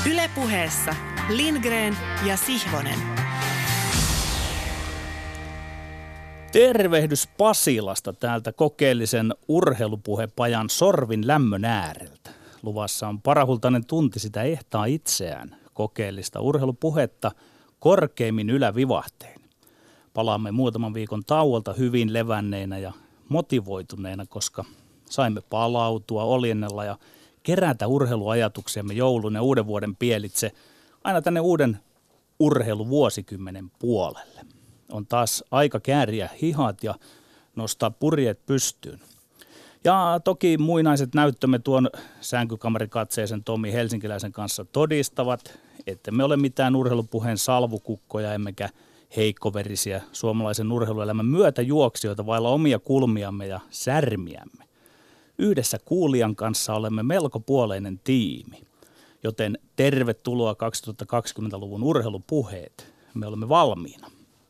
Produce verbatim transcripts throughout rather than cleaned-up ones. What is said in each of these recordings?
Yle Puheessa Lindgren ja Sihvonen. Tervehdys Pasilasta täältä kokeellisen urheilupuhepajan Sorvin lämmön ääreltä. Luvassa on parahultainen tunti sitä ehtaa itseään, kokeellista urheilupuhetta korkeimmin ylävivahteen. Palaamme muutaman viikon tauolta hyvin levänneinä ja motivoituneina, koska saimme palautua, oljennella ja kerätä urheiluajatuksiamme joulun ja uuden vuoden pielitse aina tänne uuden urheiluvuosikymmenen puolelle. On taas aika kääriä hihat ja nostaa purjeet pystyyn. Ja toki muinaiset näyttömme tuon sänkykamarikatseisen Tomi Helsinkiläisen kanssa todistavat, että me ole mitään urheilupuheen salvukukkoja emmekä heikkoverisiä suomalaisen urheiluelämän myötäjuoksijoita vailla omia kulmiamme ja särmiämme. Yhdessä kuulijan kanssa olemme melko puoleinen tiimi, joten tervetuloa kaksituhattakaksikymmentäluvun urheilupuheet. Me olemme valmiina.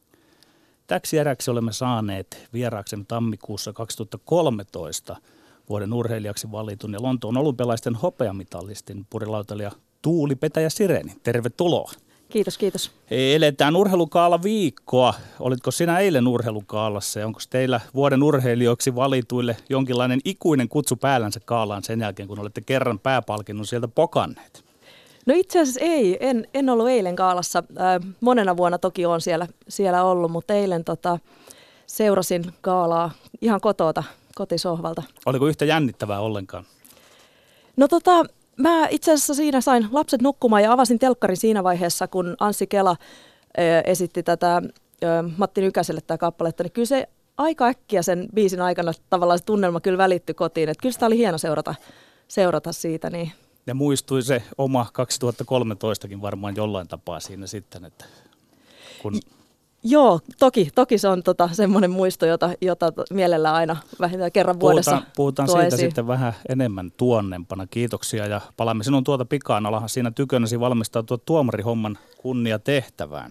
Täksi eräksi olemme saaneet vieraaksemme tammikuussa kaksituhattakolmetoista vuoden urheilijaksi valitun ja Lontoon olympialaisten hopeamitallistin purilautailija Tuuli Petäjä-Sireni. Tervetuloa. Kiitos, kiitos. Eletään urheilukaala viikkoa. Olitko sinä eilen urheilukaalassa ja onko teillä vuoden urheilijoiksi valituille jonkinlainen ikuinen kutsu päällänsä kaalaan sen jälkeen, kun olette kerran pääpalkinnon sieltä pokanneet? No itse asiassa ei, en, en ollut eilen kaalassa. Äh, monena vuonna toki olen siellä, siellä ollut, mutta eilen tota, seurasin kaalaa ihan kotota, kotisohvalta. Oliko yhtä jännittävää ollenkaan? No tota, mä itse asiassa siinä sain lapset nukkumaan ja avasin telkkarin siinä vaiheessa, kun Anssi Kela äh, esitti tätä äh, Matti Nykäselle tämä kappaletta, niin kyllä se aika äkkiä sen biisin aikana tavallaan se tunnelma kyllä välittyi kotiin, että kyllä sitä oli hieno seurata, seurata siitä, niin. Ja muistui se oma kaksituhattakolmetoistakin varmaan jollain tapaa siinä sitten, että kun... Joo, toki, toki se on tota, semmoinen muisto, jota, jota mielellään aina vähintään kerran vuodessa Puhutaan, puhutaan tuo siitä esiin. sitten vähän enemmän tuonnempana. Kiitoksia ja palaamme sinun tuota pikaan. Alahan siinä tykönäsi valmistautua tuomarihomman kunniatehtävään.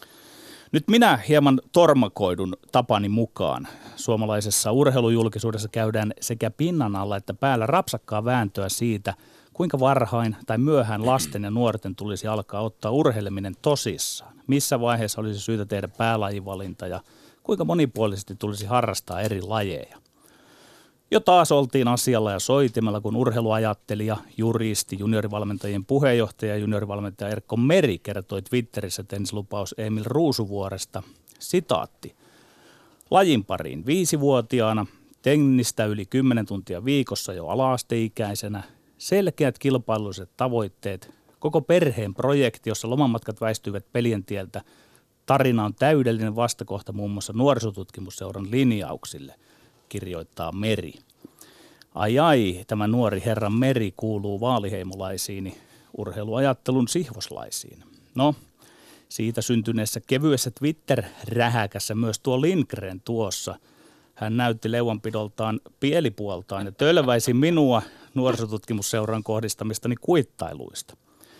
Nyt minä hieman tormakoidun tapani mukaan. Suomalaisessa urheilujulkisuudessa käydään sekä pinnan alla että päällä rapsakkaa vääntöä siitä, kuinka varhain tai myöhään lasten ja nuorten tulisi alkaa ottaa urheileminen tosissaan? Missä vaiheessa olisi syytä tehdä päälajivalinta ja kuinka monipuolisesti tulisi harrastaa eri lajeja? Jo taas oltiin asialla ja soitimella, kun urheiluajattelija, juristi, juniorivalmentajien puheenjohtaja ja juniorivalmentaja Erkko Meri kertoi Twitterissä tennislupaus Emil Ruusuvuoresta. Sitaatti. Lajin pariin viisivuotiaana, tennistä yli kymmenen tuntia viikossa jo ala-asteikäisenä, selkeät kilpailulliset tavoitteet, koko perheen projekti, jossa lomamatkat väistyivät pelien tieltä. Tarina on täydellinen vastakohta muun muassa nuorisotutkimusseuran linjauksille, kirjoittaa Meri. Ai ai, tämä nuori herra Meri kuuluu vaaliheimolaisiin, urheiluajattelun sihvoslaisiin. No, siitä syntyneessä kevyessä Twitter-rähäkässä myös tuo Lindgren tuossa. Hän näytti leuanpidoltaan pielipuoltaan ja tölväisi minua nuorisotutkimusseuran kohdistamistani kuittailuista.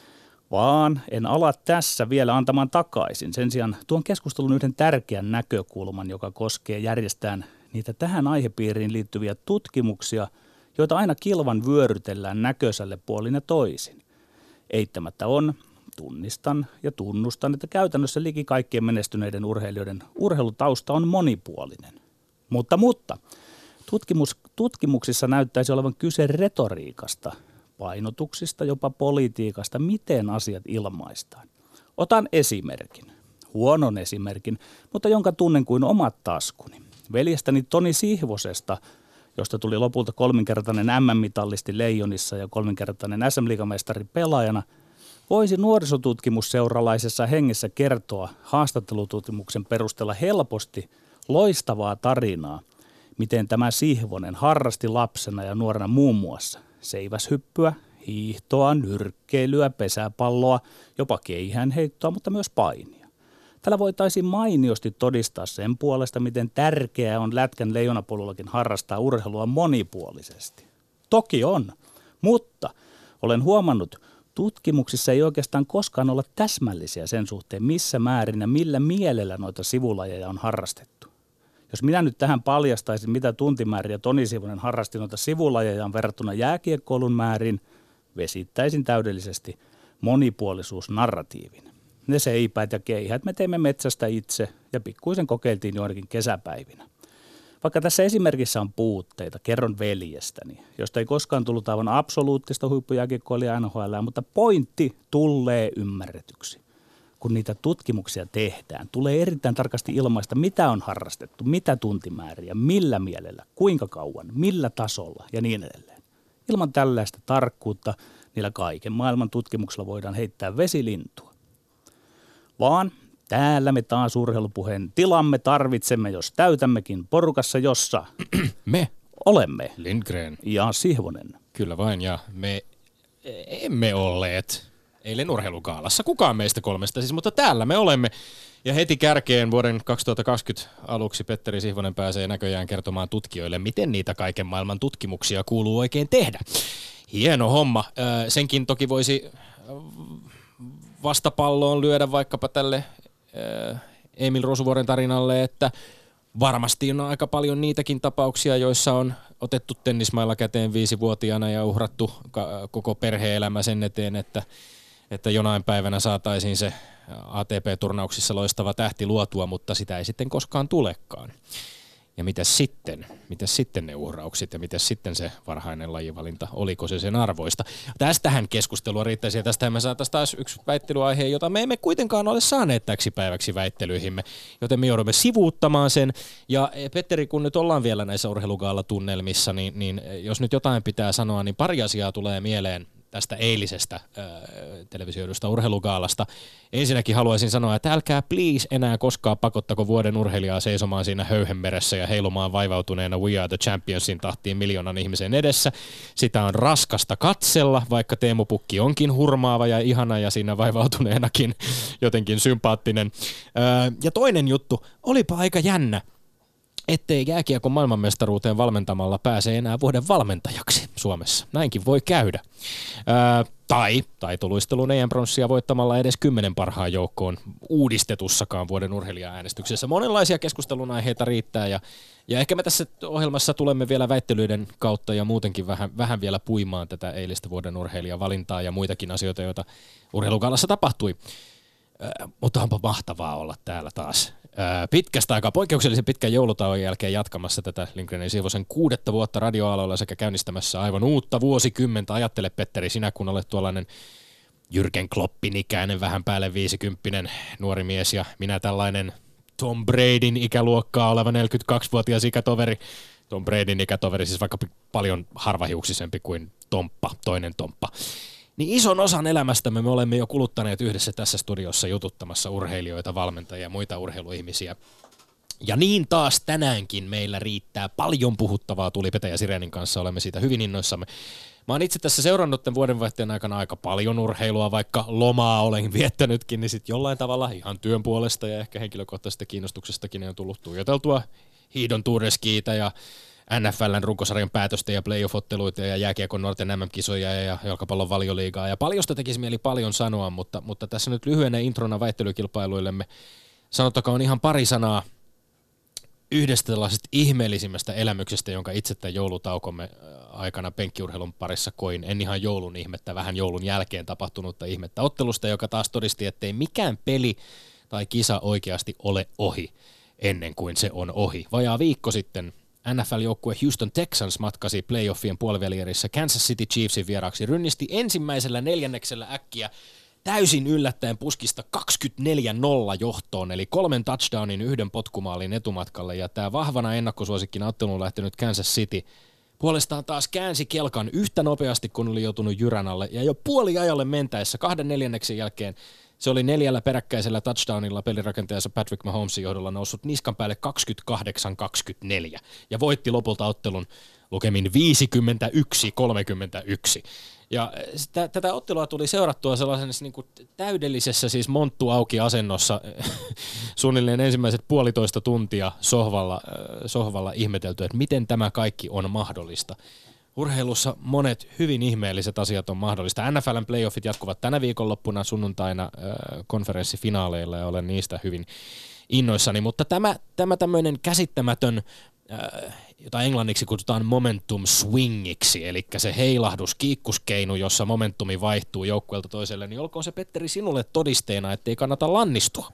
Vaan en ala tässä vielä antamaan takaisin. Sen sijaan tuon keskustelun yhden tärkeän näkökulman, joka koskee järjestään niitä tähän aihepiiriin liittyviä tutkimuksia, joita aina kilvan vyörytellään näköiselle puolin ja toisin. Eittämättä on, tunnistan ja tunnustan, että käytännössä liki kaikkien menestyneiden urheilijoiden urheilutausta on monipuolinen. Mutta, mutta tutkimus, tutkimuksissa näyttäisi olevan kyse retoriikasta, painotuksista, jopa politiikasta, miten asiat ilmaistaan. Otan esimerkin, huonon esimerkin, mutta jonka tunnen kuin omat taskuni. Veljestäni Toni Sihvosesta, josta tuli lopulta kolminkertainen äm äm-mitallisti Leijonissa ja kolminkertainen äs äm-liigamestari pelaajana, voisi nuorisotutkimusseuralaisessa hengessä kertoa haastattelututkimuksen perusteella helposti loistavaa tarinaa, miten tämä Sihvonen harrasti lapsena ja nuorena muun muassa seiväshyppyä, hiihtoa, nyrkkeilyä, pesäpalloa, jopa keihäänheittoa, mutta myös painia. Tällä voitaisiin mainiosti todistaa sen puolesta, miten tärkeää on lätkän leijonapolullakin harrastaa urheilua monipuolisesti. Toki on, mutta olen huomannut, tutkimuksissa ei oikeastaan koskaan olla täsmällisiä sen suhteen, missä määrin ja millä mielellä noita sivulajeja on harrastettu. Jos minä nyt tähän paljastaisin, mitä tuntimääriä Toni Sihvonen harrasti noita sivulajejaan verrattuna jääkiekkoilun määrin, vesittäisin täydellisesti monipuolisuusnarratiivin. Ne seipäät ja keihät me teimme metsästä itse ja pikkuisen kokeiltiin joidenkin kesäpäivinä. Vaikka tässä esimerkissä on puutteita, kerron veljestäni, josta ei koskaan tullut aivan absoluuttista huippujääkiekkoilijaa N H L, mutta pointti tulee ymmärretyksi. Kun niitä tutkimuksia tehdään, tulee erittäin tarkasti ilmaista, mitä on harrastettu, mitä tuntimääriä, millä mielellä, kuinka kauan, millä tasolla ja niin edelleen. Ilman tällaista tarkkuutta niillä kaiken maailman tutkimuksella voidaan heittää vesilintua. Vaan täällä me taas urheilupuheen tilamme tarvitsemme, jos täytämmekin porukassa, jossa me olemme Lindgren ja Sihvonen. Kyllä vain, ja me emme olleet eilen urheilukaalassa. Kukaan meistä kolmesta siis, mutta täällä me olemme. Ja heti kärkeen vuoden kaksituhattakaksikymmentä aluksi Petteri Sihvonen pääsee näköjään kertomaan tutkijoille, miten niitä kaiken maailman tutkimuksia kuuluu oikein tehdä. Hieno homma. Senkin toki voisi vastapalloon lyödä vaikkapa tälle Emil Rosuvuoren tarinalle, että varmasti on aika paljon niitäkin tapauksia, joissa on otettu tennismailla käteen viisivuotiaana ja uhrattu koko perhe-elämä sen eteen, että, että jonain päivänä saataisiin se A T P-turnauksissa loistava tähti luotua, mutta sitä ei sitten koskaan tulekaan. Ja mitäs sitten? Mitäs sitten ne uhraukset ja mitäs sitten se varhainen lajivalinta? Oliko se sen arvoista? Tästähän keskustelua riittäisi ja tästähän me saataisiin taas yksi väittelyaihe, jota me emme kuitenkaan ole saaneet täksi päiväksi väittelyihimme, joten me joudumme sivuuttamaan sen. Ja Petteri, kun nyt ollaan vielä näissä urheilugaala-tunnelmissa, niin, niin jos nyt jotain pitää sanoa, niin pari asiaa tulee mieleen tästä eilisestä äh, televisioidusta urheilugaalasta. Ensinnäkin haluaisin sanoa, että älkää please enää koskaan pakottako vuoden urheilijaa seisomaan siinä höyhenmeressä ja heilumaan vaivautuneena We Are the Championsin tahtiin miljoonan ihmisen edessä. Sitä on raskasta katsella, vaikka Teemu Pukki onkin hurmaava ja ihana ja siinä vaivautuneenakin jotenkin sympaattinen. Äh, ja toinen juttu, olipa aika jännä, ettei jääkiekon maailmanmestaruuteen valmentamalla pääse enää vuoden valmentajaksi Suomessa. Näinkin voi käydä. Ää, tai taitoluistelun E M-pronssia voittamalla edes kymmenen parhaan joukkoon uudistetussakaan vuoden urheilija-äänestyksessä. Monenlaisia keskustelun aiheita riittää ja, ja ehkä me tässä ohjelmassa tulemme vielä väittelyiden kautta ja muutenkin vähän, vähän vielä puimaan tätä eilistä vuoden urheilijavalintaa ja muitakin asioita, joita urheilugaalassa tapahtui. Ää, mutta onpa mahtavaa olla täällä taas. Pitkästä aikaa, poikkeuksellisen pitkän joulutauon jälkeen jatkamassa tätä Lindgren ja Sihvosen kuudetta vuotta radioaloilla sekä käynnistämässä aivan uutta vuosikymmentä. Ajattele, Petteri, sinä kun olet tuollainen Jürgen Kloppin ikäinen, vähän päälle viisikymppinen nuori mies ja minä tällainen Tom Bradyn ikäluokkaa oleva neljäkymmentäkaksivuotias ikätoveri. Tom Bradyn ikätoveri, siis vaikka paljon harvahiuksisempi kuin Tomppa, toinen Tomppa. Niin ison osan elämästämme me olemme jo kuluttaneet yhdessä tässä studiossa jututtamassa urheilijoita, valmentajia ja muita urheiluihmisiä. Ja niin taas tänäänkin meillä riittää paljon puhuttavaa Tulipetä ja Sirenin kanssa, olemme siitä hyvin innoissamme. Mä oon itse tässä seurannut tämän vuodenvaihteen aikana aika paljon urheilua, vaikka lomaa olen viettänytkin, niin sitten jollain tavalla ihan työn puolesta ja ehkä henkilökohtaisesta kiinnostuksestakin on tullut tuijoteltua hiidon Tourdeskiitä ja N F L:n runkosarjan päätöstä ja playoff-otteluita ja jääkiekon nuorten M M-kisoja ja jalkapallon valioliigaa. Ja paljosta tekisi mieli paljon sanoa, mutta, mutta tässä nyt lyhyenä introna väittelykilpailuillemme sanottakoon ihan pari sanaa yhdestä tällaisesta ihmeellisimmästä elämyksestä, jonka itse tämän joulutaukomme aikana penkkiurheilun parissa koin. En ihan joulun ihmettä, vähän joulun jälkeen tapahtunutta ihmettä ottelusta, joka taas todisti, ettei mikään peli tai kisa oikeasti ole ohi ennen kuin se on ohi. Vajaa viikko sitten N F L-joukkue Houston Texans matkasi playoffien puolivälierissä Kansas City Chiefsin vieraaksi, rynnisti ensimmäisellä neljänneksellä äkkiä täysin yllättäen puskista kaksikymmentäneljä nolla johtoon, eli kolmen touchdownin yhden potkumaalin etumatkalle, ja tämä vahvana ennakkosuosikkina otteluun lähtenyt Kansas City puolestaan taas käänsi kelkan yhtä nopeasti, kun oli joutunut jyrän alle, ja jo puoliajalle mentäessä kahden neljänneksen jälkeen se oli neljällä peräkkäisellä touchdownilla pelirakentajansa Patrick Mahomesin johdolla noussut niskan päälle kaksikymmentäkahdeksan kaksikymmentäneljä ja voitti lopulta ottelun lukemin viisikymmentäyksi kolmekymmentäyksi. Ja sitä, tätä ottelua tuli seurattua sellaisessa niin kuin täydellisessä siis monttu auki asennossa suunnilleen ensimmäiset puolitoista tuntia sohvalla, sohvalla ihmetelty, että miten tämä kaikki on mahdollista. Urheilussa monet hyvin ihmeelliset asiat on mahdollista. N F L:n playoffit jatkuvat tänä viikonloppuna sunnuntaina äh, konferenssifinaaleilla ja olen niistä hyvin innoissani, mutta tämä, tämä tämmöinen käsittämätön äh, jota englanniksi kutsutaan momentum swingiksi, eli se heilahdus, kiikkuskeinu, jossa momentumi vaihtuu joukkueelta toiselle, niin olkoon se Petteri sinulle todisteena, ettei kannata lannistua.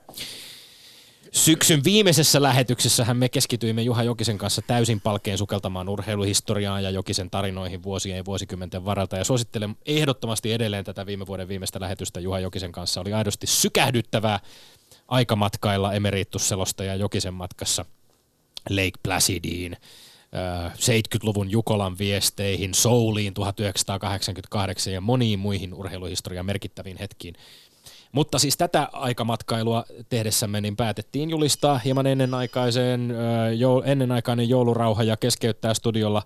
Syksyn viimeisessä lähetyksessähän me keskityimme Juha Jokisen kanssa täysin palkeen sukeltamaan urheiluhistoriaan ja Jokisen tarinoihin vuosien ja vuosikymmenten varalta. Ja suosittelen ehdottomasti edelleen tätä viime vuoden viimeistä lähetystä Juha Jokisen kanssa. Oli aidosti sykähdyttävää aikamatkailla emeritusselostaja Jokisen matkassa Lake Placidiin, seitsemänkymmentäluvun Jukolan viesteihin, Souliin tuhatyhdeksänsataakahdeksankymmentäkahdeksan ja moniin muihin urheiluhistorian merkittäviin hetkiin. Mutta siis tätä aikamatkailua tehdessämme niin päätettiin julistaa hieman ennenaikaiseen, jo, ennenaikainen joulurauha ja keskeyttää studiolla,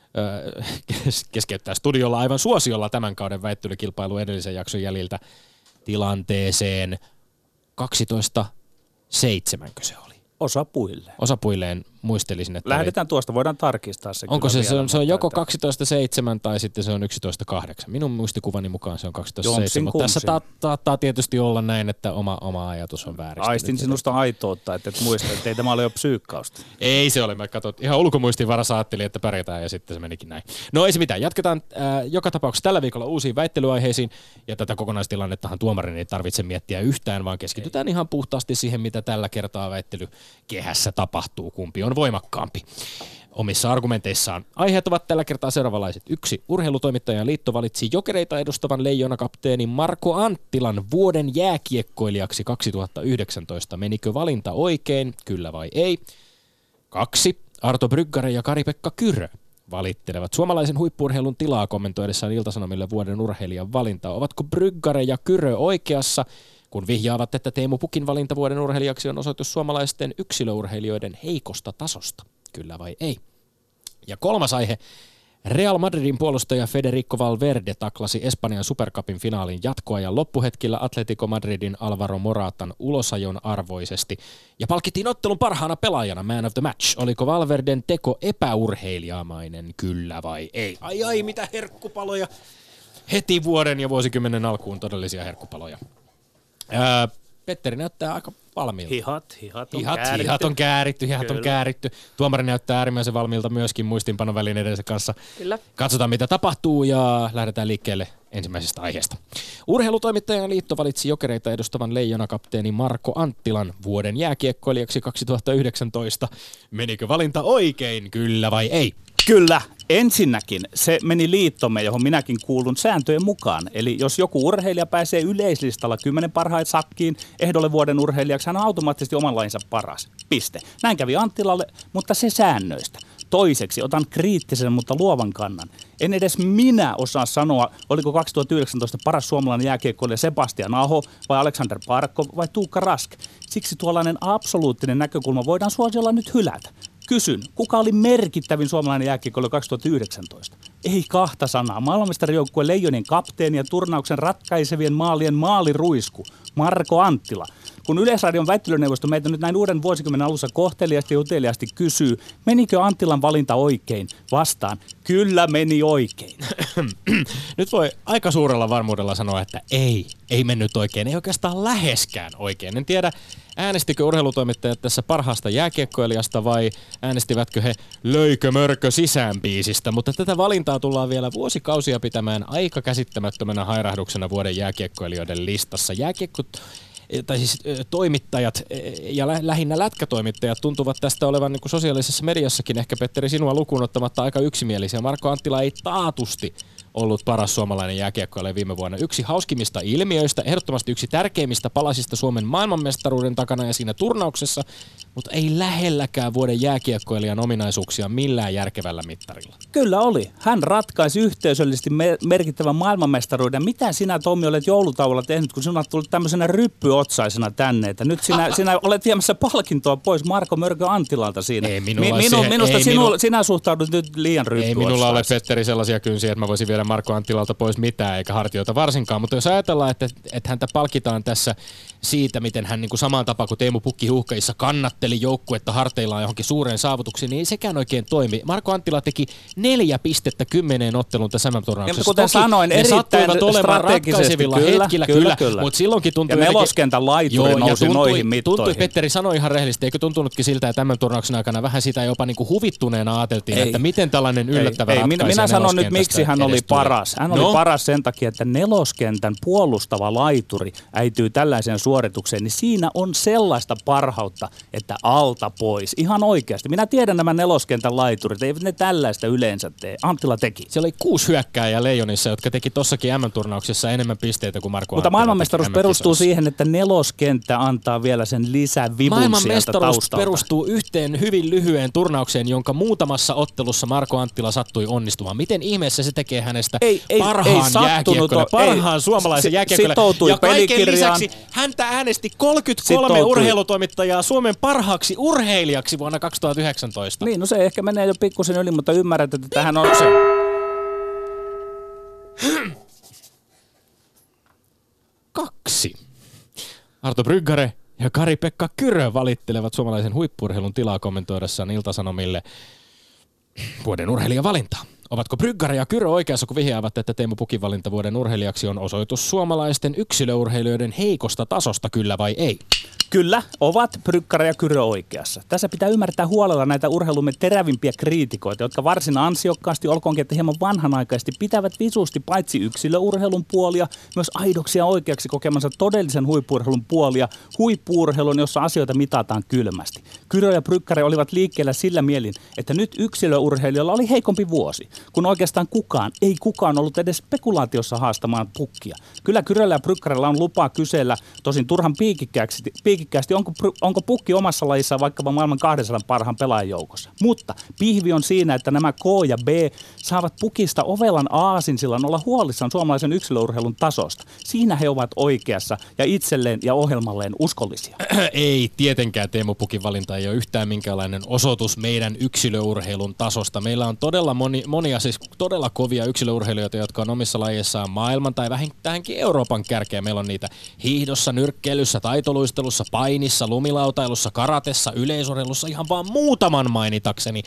keskeyttää studiolla aivan suosiolla tämän kauden väittelykilpailu edellisen jakson jäljiltä tilanteeseen kaksitoista seitsemänkö se oli? Osapuilleen. Osapuilleen muistelisin, että... Lähdetään oli... tuosta, voidaan tarkistaa se. Onko se, se on, se on joko kaksitoista seitsemän tai sitten se on yksitoista kahdeksan. Minun muistikuvani mukaan se on kaksitoista seitsemän, mutta tässä saattaa tietysti olla näin, että oma, oma ajatus on vääristynyt. Aistin sinusta aitoutta, että et muista, että ei tämä ole jo psyykkausta. Ei se ole, mä katsoin, ihan ulkomuistin varassa ajattelin, että pärjätään ja sitten se menikin näin. No ei se mitään, jatketaan äh, joka tapauksessa tällä viikolla uusiin väittelyaiheisiin ja tätä kokonaistilannettahan tuomarin ei tarvitse miettiä yhtään, vaan keskitytään ei. ihan puhtaasti siihen, mitä tällä kertaa väittelykehässä tapahtuu, kumpi on voimakkaampi. Omissa argumenteissaan aiheet ovat tällä kertaa seuraavanlaiset. Yksi. Urheilutoimittajan liitto valitsi Jokereita edustavan leijonakapteeni Marko Anttilan vuoden jääkiekkoilijaksi kaksituhattayhdeksäntoista. Menikö valinta oikein? Kyllä vai ei? Kaksi. Arto Bryggare ja Kari-Pekka Kyrö valittelevat suomalaisen huippu-urheilun tilaa kommentoidessaan Ilta-Sanomille vuoden urheilijan valintaa. Ovatko Bryggare ja Kyrö oikeassa, kun vihjaavat, että Teemu Pukin valinta vuoden urheilijaksi on osoitus suomalaisten yksilöurheilijoiden heikosta tasosta? Kyllä vai ei? Ja kolmas aihe. Real Madridin puolustaja Federico Valverde taklasi Espanjan Supercupin finaalin jatkoajan loppuhetkillä Atletico Madridin Alvaro Moratan ulosajon arvoisesti ja palkittiin ottelun parhaana pelaajana Man of the Match. Oliko Valverden teko epäurheilijamainen? Kyllä vai ei? Ai ai, mitä herkkupaloja. Heti vuoden ja vuosikymmenen alkuun todellisia herkkupaloja. Ää, Petteri näyttää aika valmiilta. Hihat, hihat on hihat, kääritty. Hihat on kääritty, hihat Kyllä. on kääritty. Tuomari näyttää äärimmäisen valmiilta myöskin muistinpanovälineidensä kanssa. Kyllä. Katsotaan mitä tapahtuu ja lähdetään liikkeelle ensimmäisestä aiheesta. Urheilutoimittajan liitto valitsi Jokereita edustavan leijonakapteeni Marko Anttilan vuoden jääkiekkoilijaksi kaksituhattayhdeksäntoista. Menikö valinta oikein, kyllä vai ei? Kyllä. Ensinnäkin se meni liittomme, johon minäkin kuulun sääntöjen mukaan. Eli jos joku urheilija pääsee yleislistalla kymmenen parhaat sakkiin ehdolle vuoden urheilijaksi, hän on automaattisesti oman lajinsa paras. Piste. Näin kävi Anttilalle, mutta se säännöistä. Toiseksi otan kriittisen, mutta luovan kannan. En edes minä osaa sanoa, oliko kaksituhattayhdeksäntoista paras suomalainen jääkiekkoilija Sebastian Aho vai Alexander Barkov vai Tuukka Rask. Siksi tuollainen absoluuttinen näkökulma voidaan suosiolla nyt hylätä. Kysyn, kuka oli merkittävin suomalainen jääkiekkoilija kaksituhattayhdeksäntoista? Ei kahta sanaa. Maailmanmestarijoukkueen Leijonien kapteeni ja turnauksen ratkaisevien maalien maaliruisku, Marko Anttila. Kun Yleisradion väittelyneuvosto meitä nyt näin uuden vuosikymmenen alussa kohteliasti ja uteliaasti kysyy, menikö Anttilan valinta oikein? Vastaan, kyllä meni oikein. Nyt voi aika suurella varmuudella sanoa, että ei, ei mennyt oikein. Ei oikeastaan läheskään oikein. En tiedä, äänestikö urheilutoimittajat tässä parhaasta jääkiekkoilijasta vai äänestivätkö he löikö mörkö sisään -biisistä, mutta tätä valintaa tullaan vielä vuosikausia pitämään aika käsittämättömänä hairahduksena vuoden jääkiekkoilijoiden listassa. Jääkiekko tai siis toimittajat ja lä- lähinnä lätkätoimittajat tuntuvat tästä olevan niin kuin sosiaalisessa mediassakin ehkä, Petteri, sinua lukuun ottamatta aika yksimielisiä. Marko Anttila ei taatusti ollut paras suomalainen jääkiekkoilija viime vuonna. Yksi hauskimmista ilmiöistä, ehdottomasti yksi tärkeimmistä palasista Suomen maailmanmestaruuden takana ja siinä turnauksessa, mutta ei lähelläkään vuoden jääkiekkoilijan ominaisuuksia millään järkevällä mittarilla. Kyllä oli. Hän ratkaisi yhteisöllisesti me- merkittävän maailmanmestaruuden. Mitä sinä, Tommi, olet joulutauolla tehnyt, kun sinä olet tullut tämmöisenä ryppyotsaisena tänne, että nyt sinä, sinä olet viemässä palkintoa pois Marko Mörkö Anttilalta siinä. Ei minulla Mi- minu- siihen, minusta ei sinu- minu- sinä suhtaudut nyt liian ryppyotsaisesti. Ei minulla ole, Petteri, sellaisia kynsiä, että mä voisin viedä Marko Anttilalta pois mitään, eikä hartioita varsinkaan. Mutta jos ajatellaan, että, että häntä palkitaan tässä siitä, miten hän niin kuin samaan tapaan kuin Teemu Pukki Huuhkajissa kannatteli kuvitteli joukkuetta harteillaan johonkin suureen saavutuksiin, niin ei sekään oikein toimi. Marko Anttila teki neljä pistettä kymmeneen otteluun tässä M M-turnauksessa. Kuten Toki sanoin, erittäin strategisesti, kyllä, hetkillä, kyllä, kyllä, kyllä. Mutta silloinkin tuntui... Ja neloskentän laituri joo, nousi tuntui, noihin mittoihin. Tuntui, Petteri sanoi ihan rehellisesti, eikö tuntunutkin siltä, että tämän turnauksen aikana vähän sitä jopa niin kuin huvittuneena ajateltiin, ei. että miten tällainen yllättävä ei, ei, ratkaisee minä sanon nyt, miksi hän oli paras. Hän no. oli paras sen takia, että neloskentän puolustava laituri äityy tällaiseen suoritukseen, niin siinä on sellaista parhautta, että alta pois. Ihan oikeasti. Minä tiedän nämä neloskentän laiturit, eivät ne tällaista yleensä tee. Anttila teki. Siellä oli kuusi hyökkääjää Leijonissa, jotka teki tossakin M M-turnauksessa enemmän pisteitä kuin Marko Mutta maailmanmestaruus perustuu siihen, että neloskenttä antaa vielä sen lisävivun sieltä taustalta. Perustuu yhteen hyvin lyhyen turnaukseen, jonka muutamassa ottelussa Marko Anttila sattui onnistumaan. Miten ihmeessä se tekee hänestä ei, parhaan ei, jääkiekkoille, parhaan ei, suomalaisen jääkiekkoille. Sitoutui ja kaiken pelikirjaan. lisäksi häntä äänesti kolmekymmentäkolme sitoutui. Urheilutoimittajaa Suomen parhaaksi urheilijaksi vuonna kaksituhattayhdeksäntoista. Niin, no se ehkä menee jo pikkusen yli, mutta ymmärrät, että tähän on se. Kaksi. Arto Bryggare ja Kari-Pekka Kyrö valittelevat suomalaisen huippu-urheilun tilaa kommentoidessaan Ilta-Sanomille vuoden urheilijavalintaa. Ovatko Bryggare ja Kyrö oikeassa, kun vihjaavat, että Teemu Pukin valinta vuoden urheilijaksi on osoitus suomalaisten yksilöurheilijoiden heikosta tasosta, kyllä vai ei? Kyllä, ovat Bryggare ja Kyrö oikeassa. Tässä pitää ymmärtää huolella näitä urheilumme terävimpiä kriitikoita, jotka varsin ansiokkaasti, olkoonkin että hieman vanhanaikaisesti, pitävät visusti paitsi yksilöurheilun puolia, myös aidoksi ja oikeaksi kokemansa todellisen huippu-urheilun puolia, huippu-urheilun, jossa asioita mitataan kylmästi. Kyrö ja Bryggare olivat liikkeellä sillä mielin, että nyt yksilöurheilijoilla oli heikompi vuosi, kun oikeastaan kukaan, ei kukaan ollut edes spekulaatiossa haastamaan Pukkia. Kyllä Kyröllä ja Bryggarella on lupaa kysellä, tosin turhan piikikkäästi, piikikkäästi onko, onko Pukki omassa lajissaan vaikkapa maailman kahdensadan parhaan pelaajan joukossa. Mutta pihvi on siinä, että nämä K ja B saavat Pukista ovelan aasinsillan olla huolissaan suomalaisen yksilöurheilun tasosta. Siinä he ovat oikeassa ja itselleen ja ohjelmalleen uskollisia. Ei tietenkään Teemu Pukin valinta ei ole yhtään minkäänlainen osoitus meidän yksilöurheilun tasosta. Meillä on todella moni, monia siis todella kovia yksilöurheilijoita, jotka on omissa lajeissaan maailman tai vähintäänkin Euroopan kärkeä. Meillä on niitä hiihdossa, nyrkkeilyssä, taitoluistelussa, painissa, lumilautailussa, karatessa, yleisurheilussa, ihan vaan muutaman mainitakseni.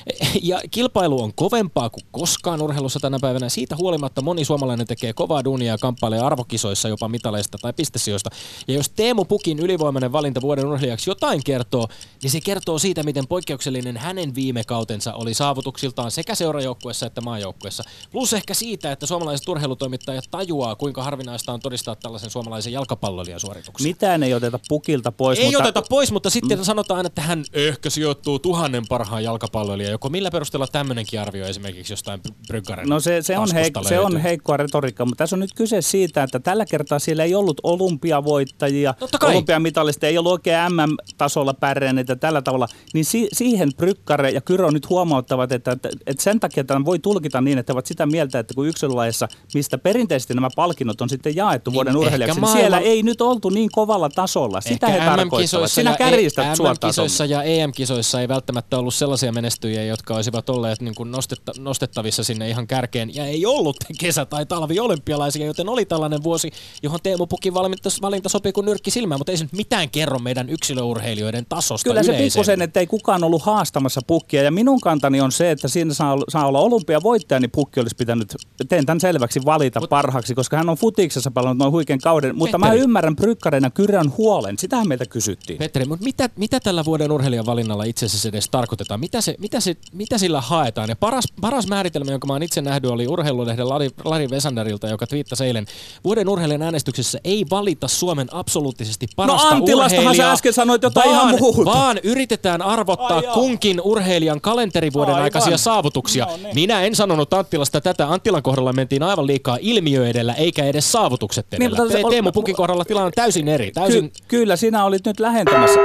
Ja kilpailu on kovempaa kuin koskaan urheilussa tänä päivänä. Siitä huolimatta moni suomalainen tekee kovaa duunia ja kamppailee arvokisoissa jopa mitaleista tai pistesijoista. Ja jos Teemu Pukin ylivoimainen valinta vuoden urheilijaksi jotain kertoo, niin se kertoo siitä, miten poikkeuksellinen hänen viime kautensa oli saavutuksiltaan sekä seurajoukkuessa että maajoukkuessa. Plus ehkä siitä, että suomalaiset urheilutoimittajat tajuaa, kuinka harvinaista on todistaa tällaisen suomalaisen jalkapalloilijan suorituksia. Mitään ei oteta Pukilta pois. Ei mutta... oteta pois, mutta sitten mm. sanotaan, että hän ehkä sijoittuu tuhannen parhaan jalkapalloilijan. Joko millä perusteella tämmöinenkin arvio esimerkiksi jostain Bryggaren No se, se, on, heik- se on heikkoa retoriikkaa, mutta tässä on nyt kyse siitä, että tällä kertaa siellä ei ollut olympiavoittajia, olympiamitalista, ei ollut oikein M M-tasolla pärjänneitä tällä tavalla, niin si- siihen Bryggare ja Kyrö nyt huomauttavat, että, että, että sen takia tämän voi tulkita niin, että ovat sitä mieltä, että kun yksilölajissa, mistä perinteisesti nämä palkinnot on sitten jaettu niin vuoden urheilijaksi, maailman... niin siellä ei nyt oltu niin kovalla tasolla. Sitä ehkä he tarkoittavat. Sinä kärjistät sua tasolla. M M-kisoissa ja E M-kisoissa ei välttämättä ollut sellaisia menestyjiä, jotka olisivat olleet niin kuin nostetta, nostettavissa sinne ihan kärkeen. Ja ei ollut kesä- tai talvi-olympialaisia, joten oli tällainen vuosi, johon Teemu Pukin valinta, valinta sopii kuin nyrkki silmään, mutta ei se nyt mitään kerro meidän yksilöurheilijoiden tasosta Kyllä yleisemmin. Se pikkusen, että ei kukaan ollut haastamassa Pukkia. Ja minun kantani on se, että siinä saa, saa olla olympiavoittaja, niin Pukki olisi pitänyt, teen tämän selväksi, valita Mut, parhaaksi, koska hän on futiksessa palannut noin huikean kauden. Mutta Petteri. Mä ymmärrän Bryggaren ja Kyrön huolen. Sitähän meiltä kysyttiin. Petteri, mutta mitä, mitä tällä vuoden urheilijan valinnalla itse asiassa edes tarkoitetaan? Mitä, se, mitä, se, mitä sillä haetaan? Ja paras, paras määritelmä, jonka mä oon itse nähnyt, oli urheilulehden Lari, Lari Vesanderilta, joka twiittasi eilen. Vuoden urheilijan äänestyksessä ei valita Suomen absoluuttisesti parasta no, Antilastahan sä äsken sanoit jotain vaan, ihan muuta. Vaan yritetään arvottaa Ai kunkin urheilijan kalenterivuoden Aivan. aikaisia saavutuksia. No, niin. Minä en sanonut Anttilasta tätä. Anttilan kohdalla mentiin aivan liikaa ilmiö edellä, eikä edes saavutukset edellä. Niin, Teemu Pukin kohdalla tilanne on täysin eri. Täysin... Ky- kyllä, sinä olit nyt lähentämässä.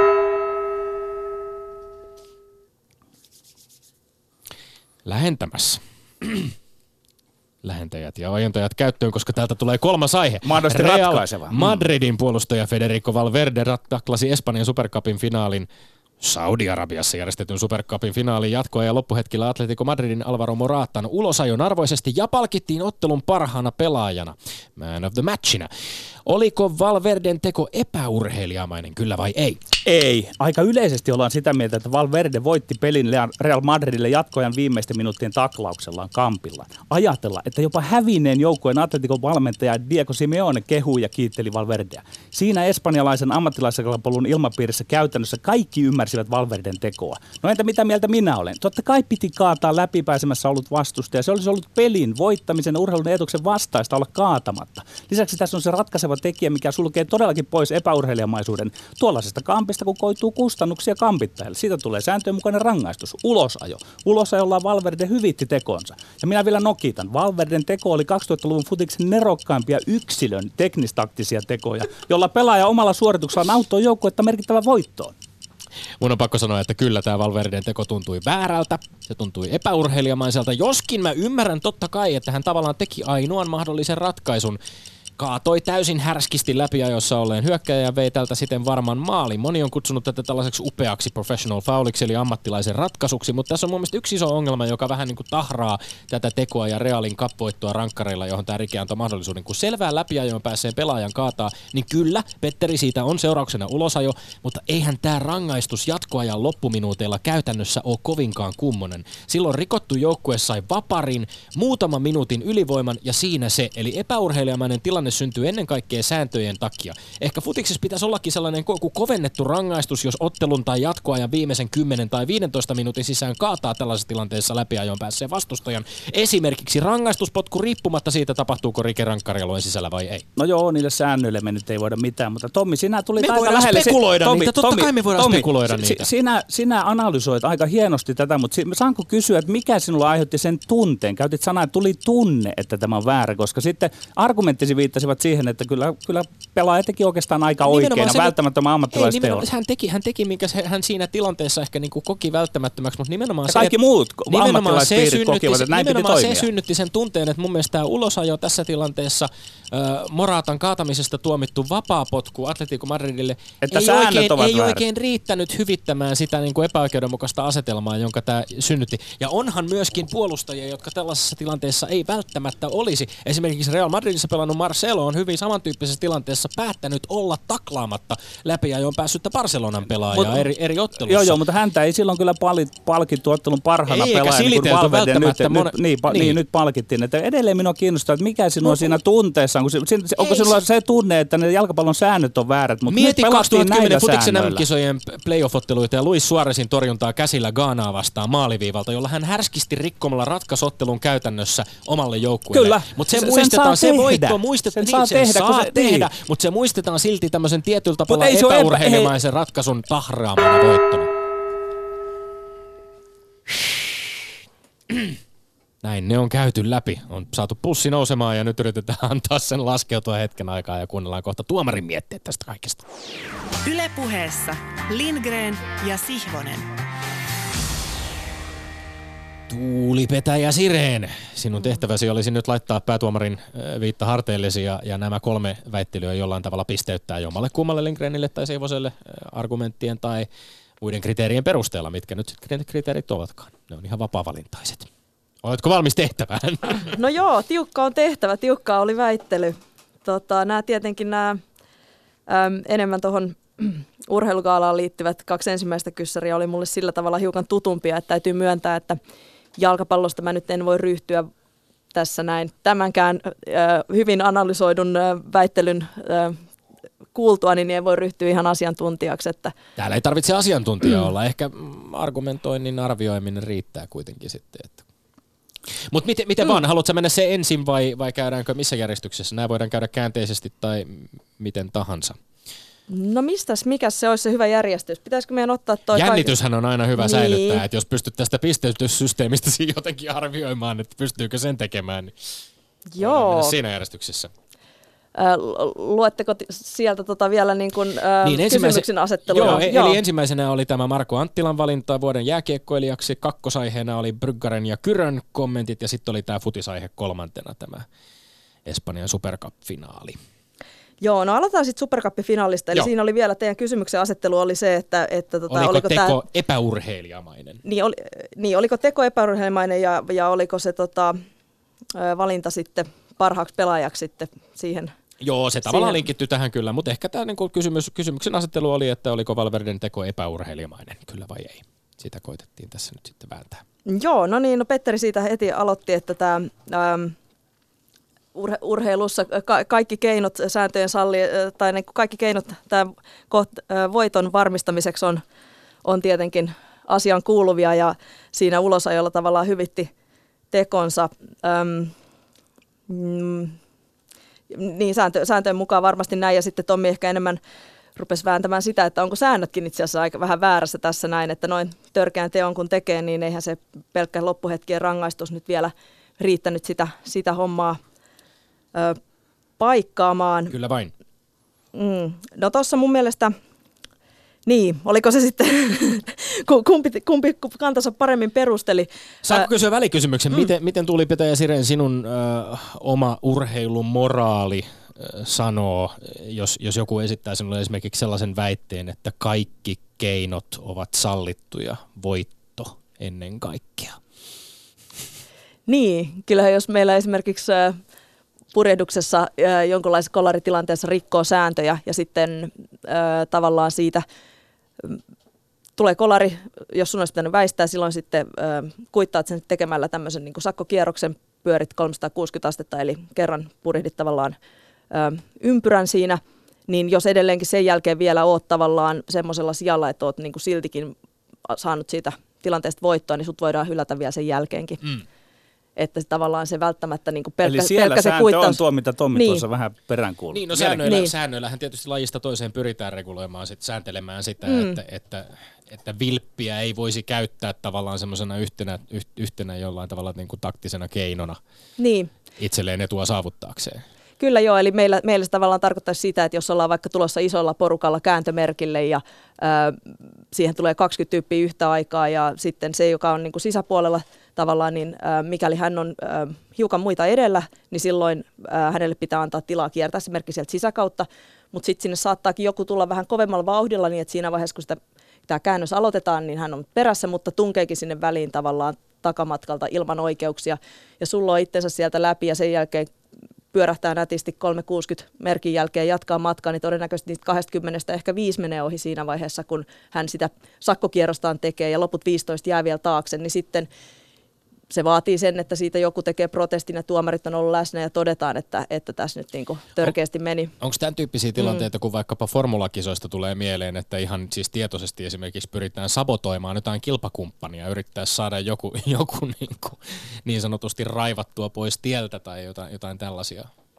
Lähentämässä. Lähentäjät ja ojentajat käyttöön, koska täältä tulee kolmas aihe. Mahdollisesti Real ratkaiseva. Madridin puolustaja Federico Valverde taklasi Espanjan Supercupin finaalin Saudi-Arabiassa järjestetyn Supercupin finaalin jatkoa ja loppuhetkillä Atletico Madridin Alvaro Moratan ulosajon arvoisesti ja palkittiin ottelun parhaana pelaajana, man of the matchina. Oliko Valverden teko epäurheilijamainen, kyllä vai ei? Ei. Aika yleisesti ollaan sitä mieltä, että Valverde voitti pelin Real Madridille jatkoajan viimeisten minuuttien taklauksellaan kampilla. Ajatella, että jopa hävinneen joukkueen Atleticon valmentaja Diego Simeone kehui ja kiitteli Valverdea. Siinä espanjalaisen ammattilaisjalkapallon ilmapiirissä käytännössä kaikki ymmärsivät Valverden tekoa. No entä mitä mieltä minä olen? Totta kai piti kaataa läpipääsemässä ollut vastustaja. Se olisi ollut pelin voittamisen ja urheilun etuksen vastaista olla kaatamatta. Lisäksi tässä on se ratkaiseva tekijä, mikä sulkee todellakin pois epäurheilijamaisuuden tuollaisesta kampista, kun koituu kustannuksia kampittajalle. Siitä tulee sääntöjen mukainen rangaistus. Ulosajo. Ulosajolla Valverde hyvitti tekonsa. Ja minä vielä nokitan. Valverden teko oli kaksituhattaluvun futiksen nerokkaimpia yksilön teknistaktisia tekoja, jolla pelaaja omalla suorituksellaan auttoi joukkuetta merkittävän voittoon. Mun on pakko sanoa, että kyllä tämä Valverden teko tuntui väärältä, se tuntui epäurheilijamaiselta, joskin mä ymmärrän totta kai, että hän tavallaan teki ainoan mahdollisen ratkaisun. Kaatoi täysin härskisti läpiajossa olleen hyökkäjä ja vei tältä siten varman maalin. Moni on kutsunut tätä tällaiseksi upeaksi professional fouliksi, eli ammattilaisen ratkaisuksi, mutta tässä on mun mielestä yksi iso ongelma, joka vähän niin kuin tahraa tätä tekoa ja Realin kapvoittoa rankkareilla, johon tämä Rike antoi mahdollisuuden. Kun selvää läpiajoon pääsee pelaajan kaataa, niin kyllä, Petteri, siitä on seurauksena ulosajo, mutta eihän tämä rangaistus jatkoajan loppuminuuteilla käytännössä ole kovinkaan kummonen. Silloin rikottu joukkue sai vaparin, muutaman minuutin ylivoiman ja siinä se, eli epäurheilijamainen tilanne syntyy ennen kaikkea sääntöjen takia. Ehkä futiksessa pitäisi ollakin sellainen ko- kovennettu rangaistus, jos ottelun tai jatkoajan viimeisen kymmenen tai viidentoista minuutin sisään kaataa tällaisessa tilanteessa läpiajoon päässeen vastustajan. Esimerkiksi rangaistuspotku riippumatta siitä, tapahtuuko Rike rankkarealueen sisällä vai ei. No joo, niille säännöille me nyt ei voida mitään, mutta Tommi, sinä tuli me aika lähelle. Spekuloida Tommi, niitä, totta Tommi, kai me voidaan Tommi, spekuloida si- niitä. Sinä, sinä analysoit aika hienosti tätä, mutta si- saanko kysyä, että mikä sinulla aiheutti sen tunteen? Käytit sanaa, että tuli tunne, että tämä on väärä, koska sitten argumenttisi viittasivat siihen, että kyllä, kyllä pelaaja teki oikeastaan aika oikein ja välttämättömän ammattilaisteon. Hän teki, hän teki, minkä se, hän siinä tilanteessa ehkä niin kuin koki välttämättömäksi, mutta nimenomaan ja se, kaikki muut ammattilaispiirit kokivat, että näin piti toimia. Se synnytti sen tunteen, että mun mielestä tämä ulosajo tässä tilanteessa äh, Moratan kaatamisesta tuomittu vapaapotku Atletico Madridille että ei, oikein, ei oikein riittänyt hyvittämään sitä niin kuin epäoikeudenmukaista asetelmaa, jonka tämä synnytti. Ja onhan myöskin puolustajia, jotka tällaisessa tilanteessa ei välttämättä olisi. Esimerkiksi Real Madridissa pelannut Marcelo on hyvin samantyyppisessä tilanteessa päättänyt olla taklaamatta läpiajoon päässyttä Barcelonan pelaajaa Mut, eri, eri ottelussa. Joo, joo, mutta häntä ei silloin kyllä palkittu ottelun parhaana pelaajana. Ei, eikä silitelty välttämättä. Nyt, nyt, niin, niin. niin, nyt palkittiin. Että edelleen minua kiinnostaa, että mikä sinua no, siinä tunteessa on. Kun, onko sinulla se tunne, että ne jalkapallon säännöt on väärät, mutta mieti nyt pelattiin näillä futiksen säännöillä. M M-kisojen playoff-otteluita ja Luis Suarezin torjuntaa käsillä Ghanaa vastaan maaliviivalta, jolla hän härskisti rikkomalla ratkaisottelun käytännössä omalle joukkueelle. Kyllä. Mutta se, se muistetaan, se voitto muistetaan, sen, niin, saa, sen tehdä, saa se, tehdä, niin. mutta se muistetaan silti tämmöisen tietyllä tavalla epäurheilijamaisen epä, ratkaisun tahraamana voittona. Näin ne on käyty läpi. On saatu pulssi nousemaan ja nyt yritetään antaa sen laskeutua hetken aikaa ja kuunnellaan kohta tuomarin mietteet tästä kaikesta. Yle Puheessa Lindgren ja Sihvonen. Tuulipetäjä Sireen. Sinun tehtäväsi olisi nyt laittaa päätuomarin viitta harteillesi ja, ja nämä kolme väittelyä jollain tavalla pisteyttää jommalle kummalle Lindgrenille tai Seivoselle argumenttien tai muiden kriteerien perusteella, mitkä nyt sitten kriteerit ovatkaan. Ne on ihan vapaa-valintaiset. Oletko valmis tehtävään? No joo, tiukka on tehtävä. Tiukka oli väittely. Tota, nämä tietenkin nämä äm, enemmän tuohon urheilugaalaan liittyvät kaksi ensimmäistä kyssäriä oli mulle sillä tavalla hiukan tutumpia, että täytyy myöntää, että jalkapallosta mä nyt en voi ryhtyä tässä näin tämänkään äh, hyvin analysoidun äh, väittelyn äh, kuultua, niin ei voi ryhtyä ihan asiantuntijaksi. Että täällä ei tarvitse asiantuntija olla. Ehkä argumentoinnin arvioiminen riittää kuitenkin sitten. Että. Mutta miten, miten mm. vaan? Haluatko mennä se ensin vai, vai käydäänkö missä järjestyksessä? Nämä voidaan käydä käänteisesti tai miten tahansa. No mistäs, mikä se olisi se hyvä järjestys? Pitäisikö meidän ottaa toi jännityshän kaikki? on aina hyvä niin. säilyttää, että jos pystyt tästä pisteytyssysteemistä jotenkin arvioimaan, että pystyykö sen tekemään, niin joo. Mennä siinä järjestyksessä. Luetteko t- sieltä tota vielä niin kuin, äh, niin kysymyksen asettelua? Joo, joo, eli ensimmäisenä oli tämä Marko Anttilan valinta vuoden jääkiekkoilijaksi, kakkosaiheena oli Bryggaren ja Kyrön kommentit ja sitten oli tämä futisaihe kolmantena tämä Espanjan Supercup-finaali. Joo, no aloitetaan sitten Supercup-finaalista. Eli Joo. siinä oli vielä, teidän kysymyksen asettelu oli se, että... että tota, oliko, oliko teko tää, epäurheilijamainen? niin, oli, niin, oliko teko epäurheilijamainen ja, ja oliko se tota, valinta sitten parhaaksi pelaajaksi sitten siihen... Joo, se tavallaan Siinä. linkittyy tähän kyllä, mutta ehkä tämä niinku kysymys, kysymyksen asettelu oli, että oliko Valverden teko epäurheilijamainen, kyllä vai ei. Sitä koitettiin tässä nyt sitten vääntää. Joo, no niin, no Petteri siitä heti aloitti, että tämä ähm, urhe- urheilussa ka- kaikki keinot sääntöjen salli, äh, tai ne, kaikki keinot tämän koht- äh, voiton varmistamiseksi on, on tietenkin asian kuuluvia, ja siinä ulosajolla tavallaan hyvitti tekonsa. Ähm, mm, niin sääntö, sääntöjen mukaan varmasti näin, ja sitten Tommi ehkä enemmän rupesi vääntämään sitä, että onko säännötkin itse asiassa aika vähän väärässä tässä näin, että noin törkeän teon kun tekee, niin eihän se pelkkä loppuhetkien rangaistus nyt vielä riittänyt sitä, sitä hommaa ö, paikkaamaan. Kyllä vain. Mm. No tuossa mun mielestä, niin, oliko se sitten, kumpi, kumpi kantansa paremmin perusteli? Saanko kysyä välikysymyksen, mm. miten, miten tuulipitäjä Siren sinun ö, oma urheilun moraali sanoo, jos, jos joku esittää sinulle esimerkiksi sellaisen väitteen, että kaikki keinot ovat sallittuja, voitto ennen kaikkea. Niin, kyllähän jos meillä esimerkiksi purjehduksessa jonkinlaisessa kollaritilanteessa rikkoo sääntöjä ja sitten äh, tavallaan siitä äh, tulee kolari, jos sun olisi pitänyt väistää, silloin sitten äh, kuittaat sen tekemällä tämmöisen niin kuin sakkokierroksen, pyörit kolmesataakuusikymmentä astetta, eli kerran purjehdit tavallaan ö, ympyrän siinä, niin jos edelleenkin sen jälkeen vielä oot tavallaan semmoisella sijalla, että oot niin kuin siltikin saanut siitä tilanteesta voittoa, niin sut voidaan hylätä vielä sen jälkeenkin. Mm. Että se, tavallaan se välttämättä niin kuin pelkkä, eli siellä pelkkä se sääntö kuittaus. on tuo, mitä Tommi niin. tuossa vähän peräänkuului. Niin, no säännöillä, niin. säännöillähän tietysti lajista toiseen pyritään reguloimaan, sit, sääntelemään sitä, mm. että, että, että vilppiä ei voisi käyttää tavallaan semmoisena yhtenä, yhtenä jollain tavalla niin kuin taktisena keinona niin. itselleen etua saavuttaakseen. Kyllä joo, eli meillä, meillä se tavallaan tarkoittaisi sitä, että jos ollaan vaikka tulossa isolla porukalla kääntömerkille ja ää, siihen tulee kaksikymmentä tyyppiä yhtä aikaa ja sitten se, joka on niin kuin sisäpuolella tavallaan, niin ää, mikäli hän on ää, hiukan muita edellä, niin silloin ää, hänelle pitää antaa tilaa kiertää esimerkiksi sieltä sisäkautta, mutta sitten sinne saattaakin joku tulla vähän kovemmalla vauhdilla niin, että siinä vaiheessa, kun sitä, tämä käännös aloitetaan, niin hän on perässä, mutta tunkeekin sinne väliin tavallaan takamatkalta ilman oikeuksia ja sulla on itsensä sieltä läpi ja sen jälkeen pyörähtää nätisti kolmesataakuusikymmentä merkin jälkeen jatkaa matkaa, niin todennäköisesti niitä kaksikymmentä ehkä viisi menee ohi siinä vaiheessa, kun hän sitä sakkokierrostaan tekee ja loput viisitoista jää vielä taakse, niin sitten se vaatii sen, että siitä joku tekee protestin ja tuomarit on ollut läsnä ja todetaan, että, että tässä nyt niinku törkeästi meni. Onko tämän tyyppisiä tilanteita, mm. kun vaikkapa formulakisoista tulee mieleen, että ihan siis tietoisesti esimerkiksi pyritään sabotoimaan jotain kilpakumppania, yrittää saada joku, joku niin, kuin, niin sanotusti raivattua pois tieltä tai jotain, jotain tällaisia?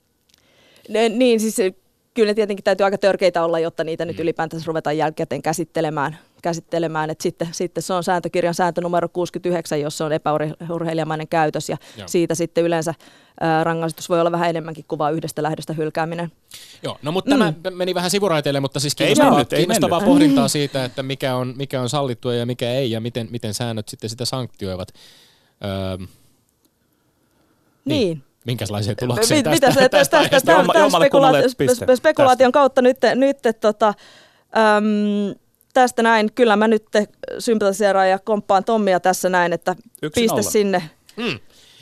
Ne, niin siis kyllä ne tietenkin täytyy aika törkeitä olla, jotta niitä mm. nyt ylipäätään ruvetaan jälkikäteen käsittelemään. käsittelemään. Et sitten, sitten se on sääntökirjan sääntö numero kuusikymmentäyhdeksän, jossa on epäurheilijamainen käytös ja Joo. siitä sitten yleensä ää, rangaistus voi olla vähän enemmänkin kuin vain yhdestä lähdöstä hylkääminen. Joo, no mutta mm. tämä meni vähän sivuraiteille, mutta siis ei kiinnostavaa, mennyt, kiinnostavaa pohdintaa siitä, että mikä on, mikä on sallittua ja mikä ei ja miten, miten säännöt sitten sitä sanktioivat. Öö, niin. niin. Minkälaisia tuloksia Mit, tästä, tästä, tästä, tästä, tästä, tästä spekulaatio, spekulaation kautta nyt, nyt tota, äm, tästä näin, kyllä mä nyt sympatiseeraan ja komppaan Tommia tässä näin, että Yksi piste nolla. Sinne. Hmm.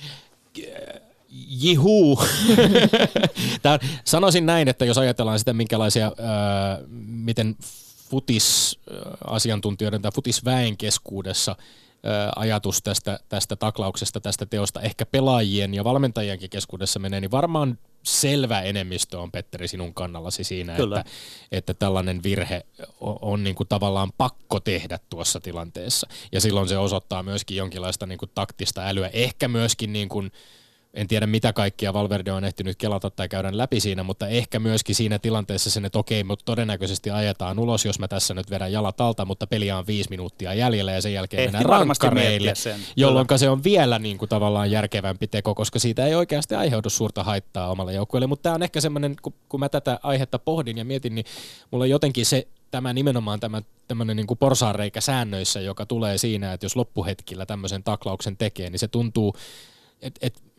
Jihuu. Tää, sanoisin näin, että jos ajatellaan sitä, minkälaisia, ää, miten futisasiantuntijoiden tai futisväen keskuudessa ää, ajatus tästä, tästä taklauksesta, tästä teosta ehkä pelaajien ja valmentajienkin keskuudessa menee, niin varmaan selvä enemmistö on, Petteri, sinun kannallasi siinä, että, että tällainen virhe on, on niin kuin tavallaan pakko tehdä tuossa tilanteessa. Ja silloin se osoittaa myöskin jonkinlaista niin kuin taktista älyä, ehkä myöskin niin kuin, en tiedä mitä kaikkia Valverde on ehtinyt kelata tai käydä läpi siinä, mutta ehkä myöskin siinä tilanteessa sen, että okei, mutta todennäköisesti ajetaan ulos, jos mä tässä nyt vedän jalat alta, mutta peliä on viisi minuuttia jäljellä ja sen jälkeen Ehti mennään rankkareille, jolloin se on vielä niin kuin tavallaan järkevämpi teko, koska siitä ei oikeasti aiheudu suurta haittaa omalle joukkueelle, mutta tämä on ehkä semmoinen, kun, kun mä tätä aihetta pohdin ja mietin, niin mulla jotenkin se, tämä nimenomaan tämä tämmöinen niin kuin porsaanreikä säännöissä, joka tulee siinä, että jos loppuhetkillä tämmöisen taklauksen tekee, niin se tuntuu, että et,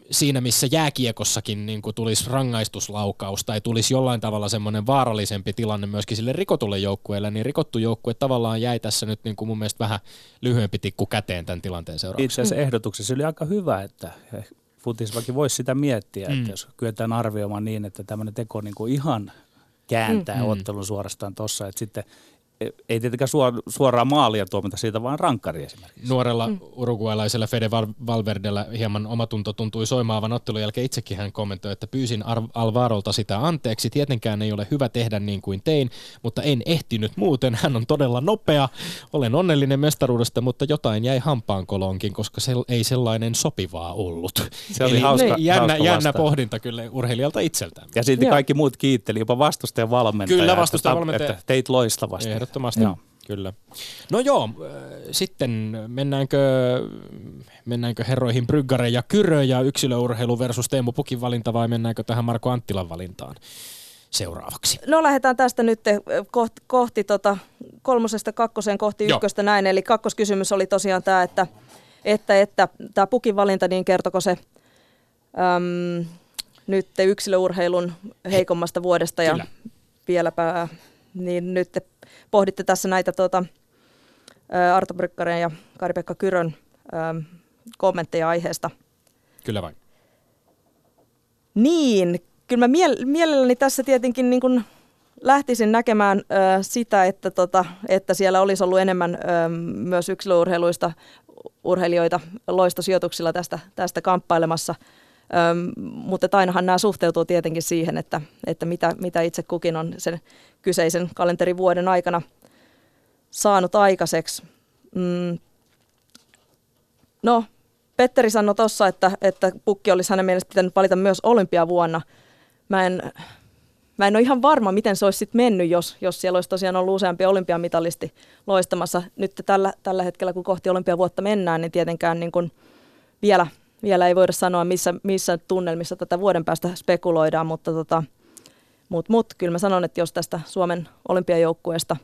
siinä, missä jääkiekossakin niin kuin tulisi rangaistuslaukaus tai tulisi jollain tavalla semmoinen vaarallisempi tilanne myöskin sille rikotulle joukkueelle, niin rikottu joukkue tavallaan jäi tässä nyt niin kuin mun mielestä vähän lyhyempi tikku käteen tämän tilanteen seuraavaksi. Itse asiassa ehdotuksessa oli aika hyvä, että futisväki voisi sitä miettiä, mm. että jos kyetään arvioimaan niin, että tämmöinen teko niin kuin ihan kääntää mm. ottelun suorastaan tuossa, että sitten ei tietenkään suoraan maalia tuomita siitä, vaan rankkari esimerkiksi. Nuorella mm. uruguaylaisella Fede Valverdella hieman omatunto tuntui soimaavan ottelun jälkeen. Itsekin hän kommentoi, että pyysin Alvarolta sitä anteeksi. Tietenkään ei ole hyvä tehdä niin kuin tein, mutta en ehtinyt muuten. Hän on todella nopea. Olen onnellinen mestaruudesta, mutta jotain jäi hampaankoloonkin, koska se ei sellainen sopivaa ollut. Se oli hauska, jännä, hauska jännä pohdinta kyllä urheilijalta itseltään. Ja silti kaikki muut kiitteli, jopa vastustajan valmentaja. Kyllä, vastustajan valmentaja. Että teit loistavasti. Ehdottomasti, joo. Kyllä. No joo, sitten mennäänkö, mennäänkö herroihin Bryggare ja Kyrö ja yksilöurheilu versus Teemu Pukin valinta vai mennäänkö tähän Marko Anttilan valintaan seuraavaksi? No lähdetään tästä nyt kohti, kohti tota, kolmosesta kakkoseen kohti joo. ykköstä näin. Eli kakkoskysymys oli tosiaan tämä, että, että, että tämä Pukin valinta, niin kertoko se äm, nyt yksilöurheilun heikommasta vuodesta ja Kyllä. vieläpä niin nyt te pohditte tässä näitä tuota, ä, Arto Bryggaren ja Kari-Pekka Kyrön ä, kommentteja aiheesta. Kyllä vain. Niin, kyllä mä miel- mielelläni tässä tietenkin niin kun lähtisin näkemään ä, sitä, että, tota, että siellä olisi ollut enemmän ä, myös yksilöurheiluista urheilijoita loistosijoituksilla tästä, tästä kamppailemassa. Öm, mutta ainahan nämä suhteutuu tietenkin siihen, että, että mitä, mitä itse kukin on sen kyseisen kalenterivuoden aikana saanut aikaiseksi. Mm. No, Petteri sanoi tuossa, että, että Pukki olisi hänen mielestä pitänyt valita myös olympiavuonna. Mä en, mä en ole ihan varma, miten se olisi sitten mennyt, jos, jos siellä olisi tosiaan ollut useampi olympiamitalisti loistamassa. Nyt tällä, tällä hetkellä, kun kohti olympiavuotta mennään, niin tietenkään niin kuin vielä... Vielä ei voida sanoa, missä, missä tunnelmissa tätä vuoden päästä spekuloidaan, mutta tota, mut, mut, kyllä mä sanon, että jos tästä Suomen olympiajoukkueesta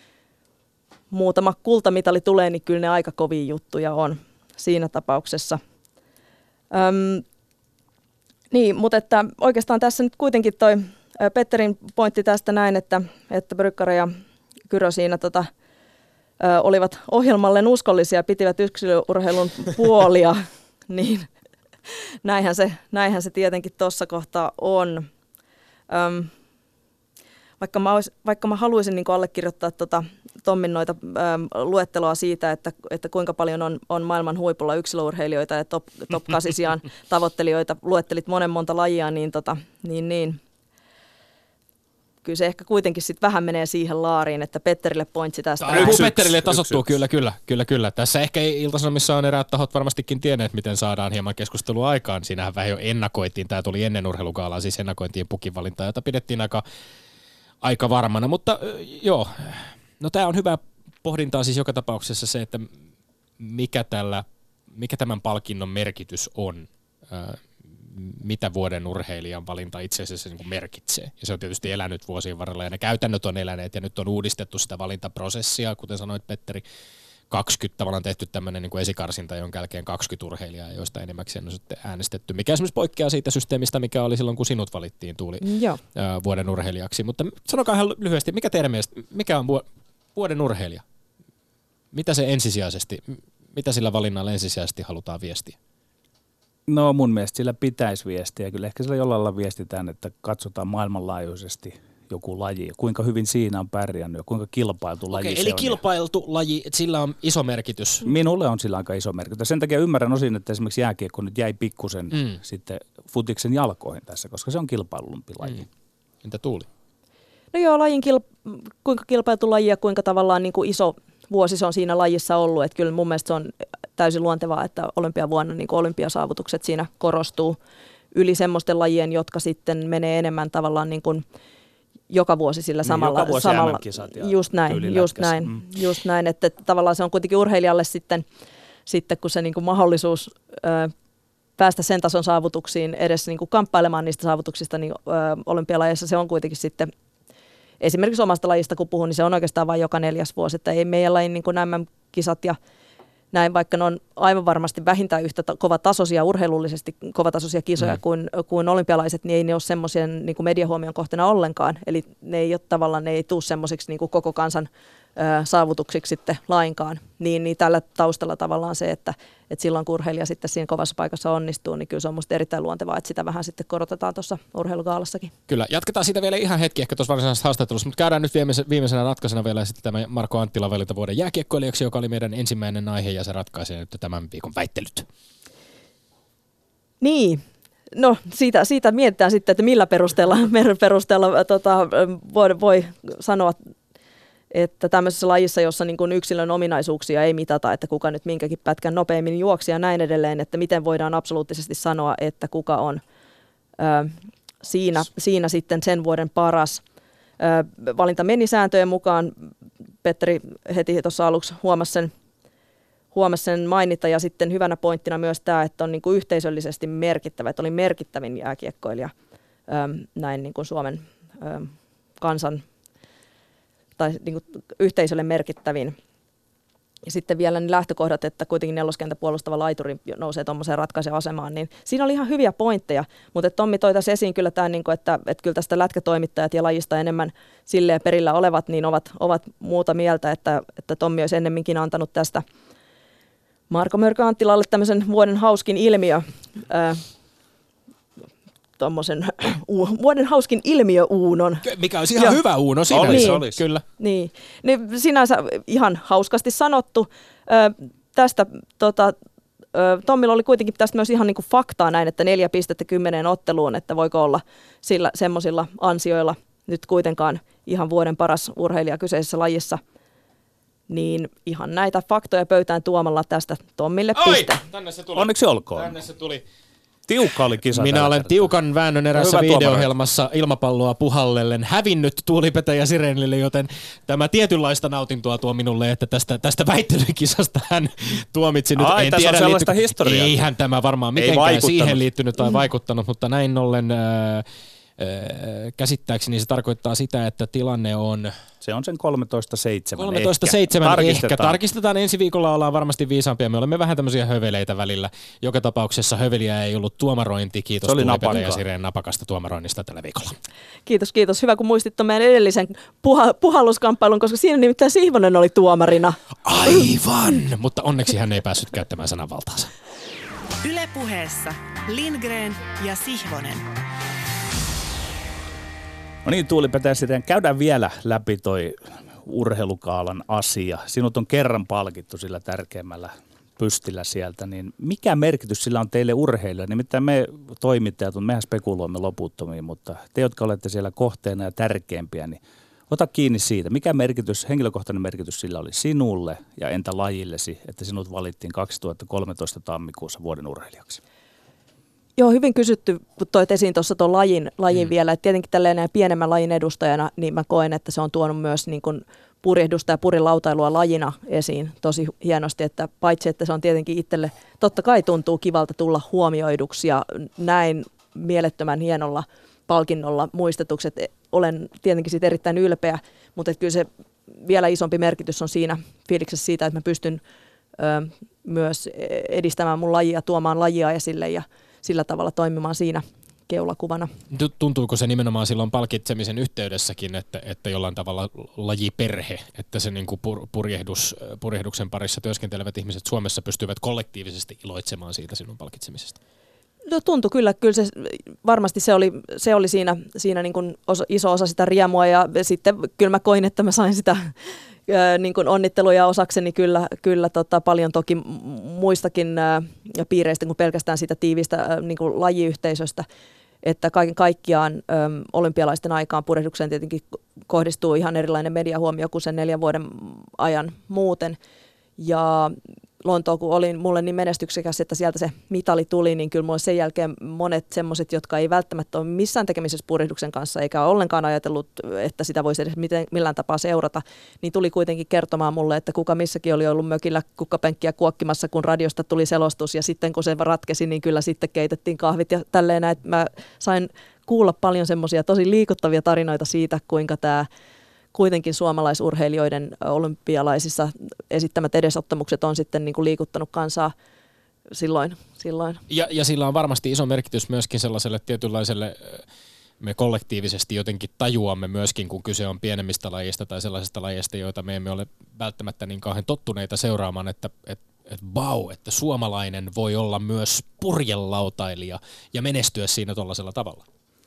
muutama kultamitali tulee, niin kyllä ne aika kovia juttuja on siinä tapauksessa. Öm, niin, mutta että oikeastaan tässä nyt kuitenkin toi Petterin pointti tästä näin, että, että Bryggare ja Kyrö siinä tota, ö, olivat ohjelmalleen uskollisia, pitivät yksilöurheilun puolia. Niin, näinhän se, näinhän se tietenkin tuossa kohtaa on. Öm, vaikka, mä ois, vaikka mä haluaisin niin kuin allekirjoittaa tota, Tommin noita äm, luetteloa siitä, että, että kuinka paljon on, on maailman huipulla yksilöurheilijoita ja top, top kasisiaan tavoittelijoita, luettelit monen monta lajia, niin, tota, niin, niin kyllä se ehkä kuitenkin sit vähän menee siihen laariin, että Petterille pointsi tästä. Tämä yksi, Petterille tasoittuu, kyllä, kyllä, kyllä, kyllä. Tässä ehkä Ilta-Sanomissa on eräät tahot varmastikin tienneet, miten saadaan hieman keskustelua aikaan. Siinähän vähän jo ennakoitiin, tämä tuli ennen urheilukaalaa, siis ennakointiin Pukin valintaa, jota pidettiin aika, aika varmana. Mutta joo, no tämä on hyvä pohdintaa siis joka tapauksessa se, että mikä, tällä, mikä tämän palkinnon merkitys on. Mitä vuoden urheilijan valinta itse asiassa niin kuin merkitsee. Ja se on tietysti elänyt vuosien varrella, ja ne käytännöt on eläneet, ja nyt on uudistettu sitä valintaprosessia, kuten sanoit Petteri, kaksikymmentä tavallaan tehty tämmöinen niin kuin esikarsinta, jonka jälkeen kaksikymmentä urheilijaa, joista enimmäkseen on sitten äänestetty, mikä esimerkiksi poikkeaa siitä systeemistä, mikä oli silloin, kun sinut valittiin Tuuli Joo. vuoden urheilijaksi. Mutta sanokaa ihan lyhyesti, mikä teidän mielestä, mikä on vuoden urheilija? Mitä se ensisijaisesti, mitä sillä valinnalla ensisijaisesti halutaan viestiä? No mun mielestä sillä pitäisi viestiä. Kyllä ehkä sillä jollain lailla viestitään, että katsotaan maailmanlaajuisesti joku laji. Kuinka hyvin siinä on pärjännyt ja kuinka kilpailtu Okei, laji eli se on. Eli kilpailtu laji, että sillä on iso merkitys. Minulle on sillä aika iso merkitys. Sen takia ymmärrän osin, että esimerkiksi jääkiekko nyt jäi pikkusen mm. sitten futiksen jalkoihin tässä, koska se on kilpailulumpi laji. Mm. Entä Tuuli? No joo, lajin kil- kuinka kilpailtu laji ja kuinka tavallaan niin kuin iso vuosi se on siinä lajissa ollut. Että kyllä mun mielestä se on täysin luontevaa, että olympiavuonna niin kuin olympiasaavutukset siinä korostuu yli semmoisten lajien, jotka sitten menee enemmän tavallaan niin kuin joka vuosi sillä samalla. Niin, joka vuosi samalla just näin, just näin, mm. just näin, että, että tavallaan se on kuitenkin urheilijalle sitten, sitten kun se niin kuin mahdollisuus ö, päästä sen tason saavutuksiin edes niin kuin kamppailemaan niistä saavutuksista, niin ö, olympialajeissa se on kuitenkin sitten, esimerkiksi omasta lajista kun puhun, niin se on oikeastaan vain joka neljäs vuosi, että ei meidän lajin niin kuin nämä kisat ja näin, vaikka ne on aivan varmasti vähintään yhtä kovatasoisia, urheilullisesti kovatasoisia kisoja mm. kuin, kuin olympialaiset, niin ei ne ole semmoisen niin kuin mediahuomion kohteena ollenkaan. Eli ne ei ole tavallaan, ne ei tule semmoisiksi niin kuin koko kansan ö, saavutuksiksi sitten lainkaan. Niin, niin tällä taustalla tavallaan se, että, että silloin kun urheilija sitten siinä kovassa paikassa onnistuu, niin kyllä se on musta erittäin luontevaa, että sitä vähän sitten korotetaan tuossa urheilugaalassakin. Kyllä, jatketaan siitä vielä ihan hetki ehkä tuossa varsinaisessa haastattelussa, mutta käydään nyt viimeisenä ratkaisena vielä sitten tämä Marko Anttila valita vuoden jääkiekkoilijaksi, joka oli meidän ensimmäinen aihe ja se ratkaisee nyt tämän viikon väittelyt. Niin, no siitä, siitä mietitään sitten, että millä perusteella, perusteella tota, voi, voi sanoa, että tämmöisessä lajissa, jossa niin kuin yksilön ominaisuuksia ei mitata, että kuka nyt minkäkin pätkän nopeammin juoksi ja näin edelleen, että miten voidaan absoluuttisesti sanoa, että kuka on ö, siinä, siinä sitten sen vuoden paras. Ö, valinta meni sääntöjen mukaan. Petteri heti tuossa aluksi huomasi sen, huomasi sen mainita ja sitten hyvänä pointtina myös tämä, että on niin kuin yhteisöllisesti merkittävä, että oli merkittävin jääkiekkoilija ö, näin niin kuin Suomen ö, kansan tai niin kuin yhteisölle merkittävin. Ja sitten vielä ne lähtökohdat, että kuitenkin neloskentä puolustava laituri nousee tuommoiseen ratkaisevaan asemaan, niin siinä oli ihan hyviä pointteja, mutta Tommi toi tässä esiin kyllä tämän, että, että kyllä tästä lätkätoimittajat ja lajista enemmän silleen perillä olevat, niin ovat, ovat muuta mieltä, että, että Tommi olisi ennemminkin antanut tästä Marko Mörkö Anttilalle tämmöisen vuoden hauskin ilmiö, ää, tommosen vuoden hauskin ilmiö-uunon. Mikä olisi ihan ja hyvä uuno sinänsä. Olisi, niin, olisi. Kyllä. Niin, niin sinänsä ihan hauskasti sanottu. Ö, tästä tota, ö, Tommilla oli kuitenkin tästä myös ihan niinku faktaa näin, että neljä pistettä kymmeneen otteluun, että voiko olla sillä semmoisilla ansioilla nyt kuitenkaan ihan vuoden paras urheilija kyseisessä lajissa. Niin ihan näitä faktoja pöytään tuomalla tästä Tommille piste. Oi, tänne se tuli. Onneksi olkoon. Tänne se tuli. Tiukka oli kisa. Minä olen kertaa. tiukan väännön erässä Hyvä video-ohjelmassa ilmapalloa puhallellen hävinnyt Tuulipetä ja Sirenille, joten tämä tietynlaista nautintoa tuo minulle, että tästä, tästä väittelykisasta hän tuomitsi nyt. Ai, en tässä tiedä, on sellaista liitty... historiaa. Eihän tämä varmaan mitenkään siihen liittynyt tai vaikuttanut, mutta näin ollen äh, äh, käsittääkseni se tarkoittaa sitä, että tilanne on... Se on sen kolmetoista seitsemän. kolmetoista seitsemän ehkä. Tarkistetaan. Ensi viikolla ollaan varmasti viisaampia. Me olemme vähän tämmöisiä höveleitä välillä. Joka tapauksessa höveliä ei ollut tuomarointi. Kiitos Tuulipetä ja Sireen napakasta tuomaroinnista tällä viikolla. Kiitos, kiitos. Hyvä, kun muistit meidän edellisen puha- puhalluskamppailun, koska siinä nimittäin Sihvonen oli tuomarina. Aivan! Mutta onneksi hän ei päässyt käyttämään sananvaltaansa. Yle Puheessa Lindgren ja Sihvonen. No niin, Tuulipetä ja Sireen, käydään vielä läpi toi urheilukaalan asia. Sinut on kerran palkittu sillä tärkeimmällä pystillä sieltä, niin mikä merkitys sillä on teille urheilijoille? Nimittäin me toimittajat, mehän spekuloimme loputtomiin, mutta te, jotka olette siellä kohteena ja tärkeimpiä, niin ota kiinni siitä. Mikä merkitys, henkilökohtainen merkitys sillä oli sinulle ja entä lajillesi, että sinut valittiin kaksituhattakolmetoista tammikuussa vuoden urheilijaksi? Joo, hyvin kysytty, kun toit esiin tuossa tuon lajin, lajin mm. vielä. Et tietenkin tälleen pienemmän lajin edustajana, niin mä koen, että se on tuonut myös niin kun purjehdusta ja purilautailua lajina esiin tosi hienosti, että paitsi että se on tietenkin itselle, totta kai tuntuu kivalta tulla huomioiduksi ja näin mielettömän hienolla palkinnolla muistetuksi, että olen tietenkin siitä erittäin ylpeä, mutta kyllä se vielä isompi merkitys on siinä fiiliksessä siitä, että mä pystyn ö, myös edistämään mun lajia, tuomaan lajia esille ja sillä tavalla toimimaan siinä keulakuvana. Tuntuuko se nimenomaan silloin palkitsemisen yhteydessäkin, että, että jollain tavalla lajiperhe, että se niin kuin pur, purjehdus, purjehduksen parissa työskentelevät ihmiset Suomessa pystyvät kollektiivisesti iloitsemaan siitä sinun palkitsemisesta? No tuntui kyllä, kyllä se varmasti se oli, se oli siinä, siinä niin kuin osa, iso osa sitä riemua ja sitten kyllä mä koin, että mä sain sitä niin kuin onnitteluja osakseni kyllä, kyllä tota, paljon toki muistakin ää, piireistä kuin pelkästään siitä tiivistä ää, niin kuin lajiyhteisöstä, että kaiken kaikkiaan ää, olympialaisten aikaan purjehdukseen tietenkin kohdistuu ihan erilainen mediahuomio kuin sen neljän vuoden ajan muuten ja Lontoa, kun olin mulle niin menestyksekäs, että sieltä se mitali tuli, niin kyllä mulle sen jälkeen monet semmoiset, jotka ei välttämättä ole missään tekemisessä purjehduksen kanssa, eikä ole ollenkaan ajatellut, että sitä voisi edes miten, millään tapaa seurata, niin tuli kuitenkin kertomaan mulle, että kuka missäkin oli ollut mökillä kukkapenkkiä kuokkimassa, kun radiosta tuli selostus, ja sitten kun se ratkesi, niin kyllä sitten keitettiin kahvit ja tälleen näin, mä sain kuulla paljon semmoisia tosi liikuttavia tarinoita siitä, kuinka tämä kuitenkin suomalaisurheilijoiden olympialaisissa esittämät edesottamukset on sitten niin kuin liikuttanut kansaa silloin. silloin. Ja, ja sillä on varmasti iso merkitys myöskin sellaiselle tietynlaiselle, me kollektiivisesti jotenkin tajuamme myöskin, kun kyse on pienemmistä lajeista tai sellaisista lajeista, joita me emme ole välttämättä niin kauhean tottuneita seuraamaan, että, että, että vau, että suomalainen voi olla myös purjelautailija ja menestyä siinä tuollaisella tavalla.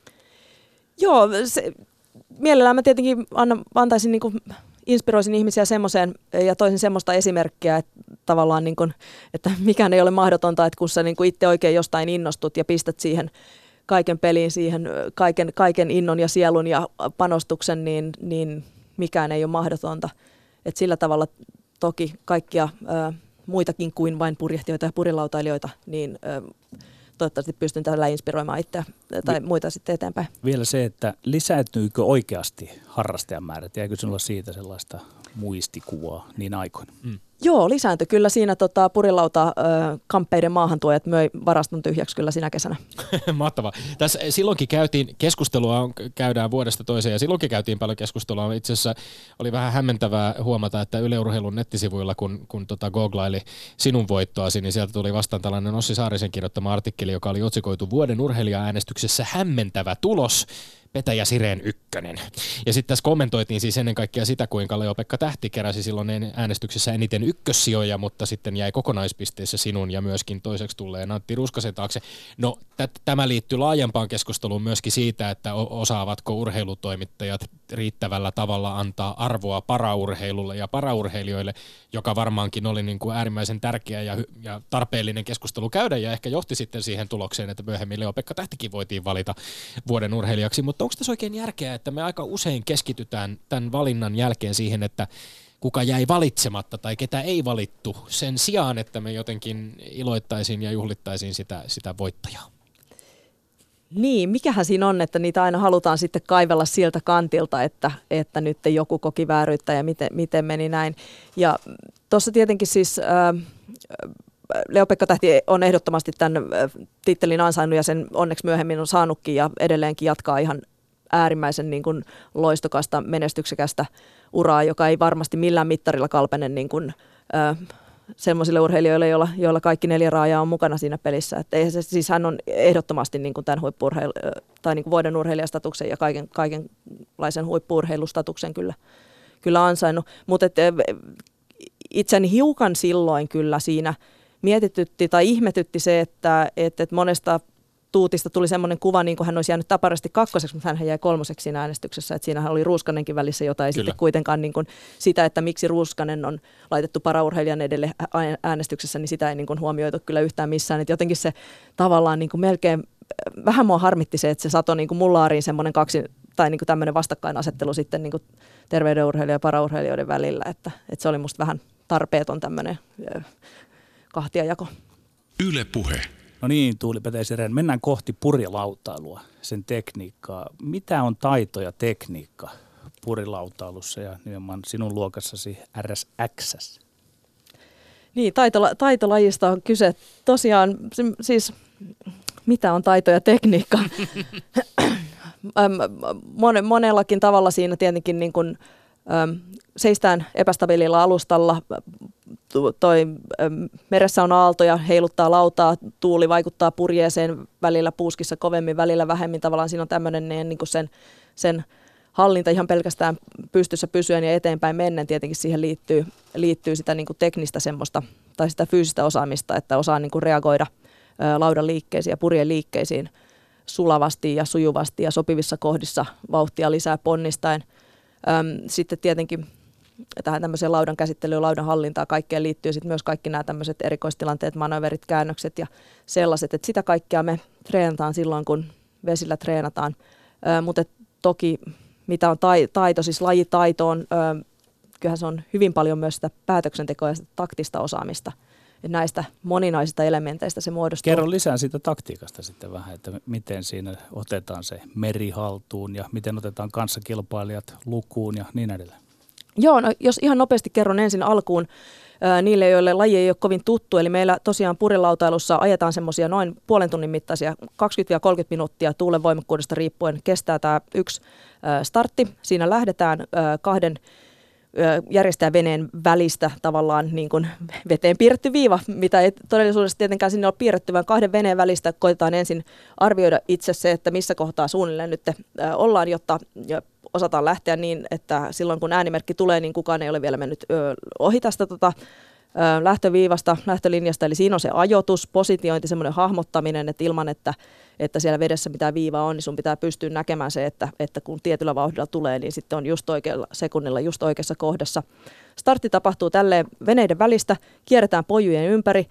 Joo, se, mielellään mä tietenkin anna, antaisin niin kuin inspiroisin ihmisiä semmoiseen ja toisin semmoista esimerkkiä, että tavallaan niin kuin, että mikään ei ole mahdotonta, että kun sä niin kuin itse oikein jostain innostut ja pistät siihen kaiken peliin, siihen kaiken, kaiken innon ja sielun ja panostuksen, niin, niin mikään ei ole mahdotonta. Että sillä tavalla toki kaikkia ö, muitakin kuin vain purjehtijoita ja purilautailijoita, niin ö, toivottavasti pystyn tällä inspiroimaan itseä tai muita sitten eteenpäin. Vielä se, että lisääntyykö oikeasti harrastajamäärät? Jääkö sinulla siitä sellaista muistikuvaa niin aikoina? Mm. Joo, lisääntyi kyllä siinä tota, purilauta-kamppeiden maahantuojat möi varaston tyhjäksi kyllä sinä kesänä. Mahtavaa. Tässä silloinkin käytiin, keskustelua käydään vuodesta toiseen ja silloinkin käytiin paljon keskustelua. Itse asiassa oli vähän hämmentävää huomata, että Yle Urheilun nettisivuilla, kun, kun tota googlaili sinun voittoasi, niin sieltä tuli vastaan tällainen Ossi Saarisen kirjoittama artikkeli, joka oli otsikoitu vuoden urheilija-äänestyksessä hämmentävä tulos. Petäjä Sireen ykkönen. Ja sitten tässä kommentoitiin siis ennen kaikkea sitä, kuinka Leo-Pekka Tähti keräsi silloin äänestyksessä eniten ykkössijoja, mutta sitten jäi kokonaispisteessä sinun ja myöskin toiseksi tulleen Antti Ruskasen taakse. No t- tämä liittyy laajempaan keskusteluun myöskin siitä, että osaavatko urheilutoimittajat riittävällä tavalla antaa arvoa paraurheilulle ja paraurheilijoille, joka varmaankin oli niin kuin äärimmäisen tärkeä ja, ja tarpeellinen keskustelu käydä ja ehkä johti sitten siihen tulokseen, että myöhemmin Leo-Pekka Tähtikin voitiin valita vuoden urheilijaksi, mutta onko tässä oikein järkeä, että me aika usein keskitytään tämän valinnan jälkeen siihen, että kuka jäi valitsematta tai ketä ei valittu sen sijaan, että me jotenkin iloittaisiin ja juhlittaisiin sitä, sitä voittajaa? Niin, mikähän siinä on, että niitä aina halutaan sitten kaivella siltä kantilta, että, että nyt joku koki vääryyttä ja miten, miten meni näin. Ja tuossa tietenkin siis Äh, Leo-Pekka Tähti on ehdottomasti tämän tittelin ansainnut ja sen onneksi myöhemmin on saanutkin ja edelleenkin jatkaa ihan äärimmäisen niin kuin loistokasta, menestyksekästä uraa, joka ei varmasti millään mittarilla kalpene niin kuin, äh, semmoisille urheilijoille, joilla, joilla kaikki neljä raajaa on mukana siinä pelissä. Että ei se, siis hän on ehdottomasti niin kuin tämän huippu-urheilu- tai niin kuin vuoden urheilijastatuksen ja kaiken, kaikenlaisen huippu-urheilustatuksen kyllä, kyllä ansainnut. Mutta itseni hiukan silloin kyllä siinä mietitytti tai ihmetytti se, että, että monesta Tuutista tuli semmoinen kuva, niin kuin hän olisi jäänyt taparasti kakkoseksi, mutta hän jäi kolmoseksi siinä äänestyksessä. Että siinähän oli Ruuskanenkin välissä, jota ei Kyllä. sitten kuitenkaan niin kuin sitä, että miksi Ruuskanen on laitettu paraurheilijan edelle äänestyksessä, niin sitä ei niin kuin huomioitu kyllä yhtään missään. Että jotenkin se tavallaan niin kuin melkein, vähän mua harmitti se, että se satoi niin kuin mullaariin semmoinen kaksi, tai niin kuin tämmöinen vastakkainasettelu sitten niin kuin terveydenurheilijoiden ja paraurheilijoiden välillä. Että, että se oli musta vähän tarpeeton tämmöinen kahtiajako. Yle Puhe. No niin, Tuuli Petäjä-Sireen. Mennään kohti purjelautailua, sen tekniikkaa. Mitä on taito ja tekniikka purilautailussa ja nimenomaan sinun luokassasi R S X? Niin, taitola, taitolajista on kyse. Tosiaan, siis mitä on taito ja tekniikka? Monellakin tavalla siinä tietenkin niin kuin, seistään epästabiililla alustalla, toi, meressä on aaltoja, heiluttaa lautaa, tuuli vaikuttaa purjeeseen välillä puuskissa kovemmin, välillä vähemmin. Tavallaan siinä on tämmöinen niin kuin sen, sen hallinta ihan pelkästään pystyssä pysyen ja eteenpäin mennen. Tietenkin siihen liittyy, liittyy sitä niin kuin teknistä semmoista tai sitä fyysistä osaamista, että osaa niin kuin reagoida ä, laudan liikkeisiin ja purjeen liikkeisiin sulavasti ja sujuvasti ja sopivissa kohdissa vauhtia lisää ponnistaen. Öm, sitten tietenkin tähän tämmöiseen laudan käsittelyyn, laudan hallintaan kaikkeen liittyy sitten myös kaikki nämä tämmöiset erikoistilanteet, manöverit, käännökset ja sellaiset, että sitä kaikkea me treenataan silloin, kun vesillä treenataan, ö, mutta toki mitä on taito, siis lajitaito on, ö, kyllähän se on hyvin paljon myös sitä päätöksentekoa ja sitä taktista osaamista. Et näistä moninaisista elementeistä se muodostuu. Kerro lisää siitä taktiikasta sitten vähän, että miten siinä otetaan se meri haltuun ja miten otetaan kanssakilpailijat lukuun ja niin edelleen. Joo, no, jos ihan nopeasti kerron ensin alkuun ää, niille, joille laji ei ole kovin tuttu. Eli meillä tosiaan purilautailussa ajetaan semmoisia noin puolen tunnin mittaisia kaksikymmentä kolmekymmentä minuuttia tuulen voimakkuudesta riippuen kestää tämä yksi ää, startti. Siinä lähdetään ää, kahden järjestäjäveneen välistä tavallaan niin kuin veteen piirretty viiva, mitä ei todellisuudessa tietenkään sinne ole piirretty, vaan kahden veneen välistä koitetaan ensin arvioida itse se, että missä kohtaa suunnilleen nyt ollaan, jotta osataan lähteä niin, että silloin kun äänimerkki tulee, niin kukaan ei ole vielä mennyt ohi tästä tota, lähtöviivasta, lähtölinjasta, eli siinä on se ajoitus, positiointi, semmoinen hahmottaminen, että ilman, että, että siellä vedessä mitään viivaa on, niin sun pitää pystyä näkemään se, että, että kun tietyllä vauhdilla tulee, niin sitten on just oikealla sekunnilla, just oikeassa kohdassa. Startti tapahtuu tälleen veneiden välistä, kierretään pojujen ympäri.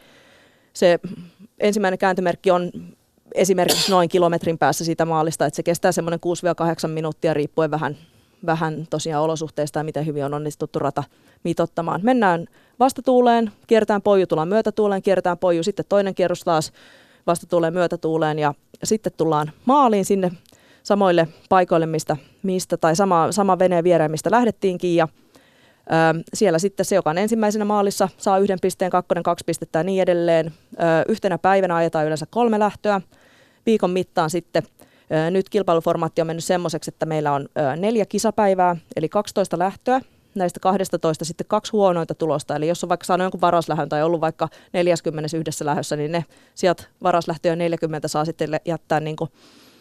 Se ensimmäinen kääntömerkki on esimerkiksi noin kilometrin päässä siitä maalista, että se kestää semmoinen kuusi kahdeksan minuuttia riippuen vähän, vähän tosiaan olosuhteista ja miten hyvin on onnistuttu rata mitottamaan. Mennään vastatuuleen, kierretään poju, tullaan myötätuuleen, kierretään poju, sitten toinen kierros taas vastatuuleen, myötätuuleen ja sitten tullaan maaliin sinne samoille paikoille, mistä, mistä tai sama, sama veneen viereen, mistä lähdettiinkin ja ö, siellä sitten se, joka on ensimmäisenä maalissa, saa yhden pisteen, kakkonen, kaksi pistettä ja niin edelleen. Ö, yhtenä päivänä ajetaan yleensä kolme lähtöä. Viikon mittaan sitten ö, nyt kilpailuformaatti on mennyt semmoiseksi, että meillä on ö, neljä kisapäivää, eli kaksitoista lähtöä. Näistä kaksitoista sitten kaksi huonointa tulosta, eli jos on vaikka saanut jonkun varaslähön tai ollut vaikka neljäkymmentä yhdessä lähössä, niin ne sieltä varaslähtöjä neljäkymmentä saa sitten jättää niin kuin,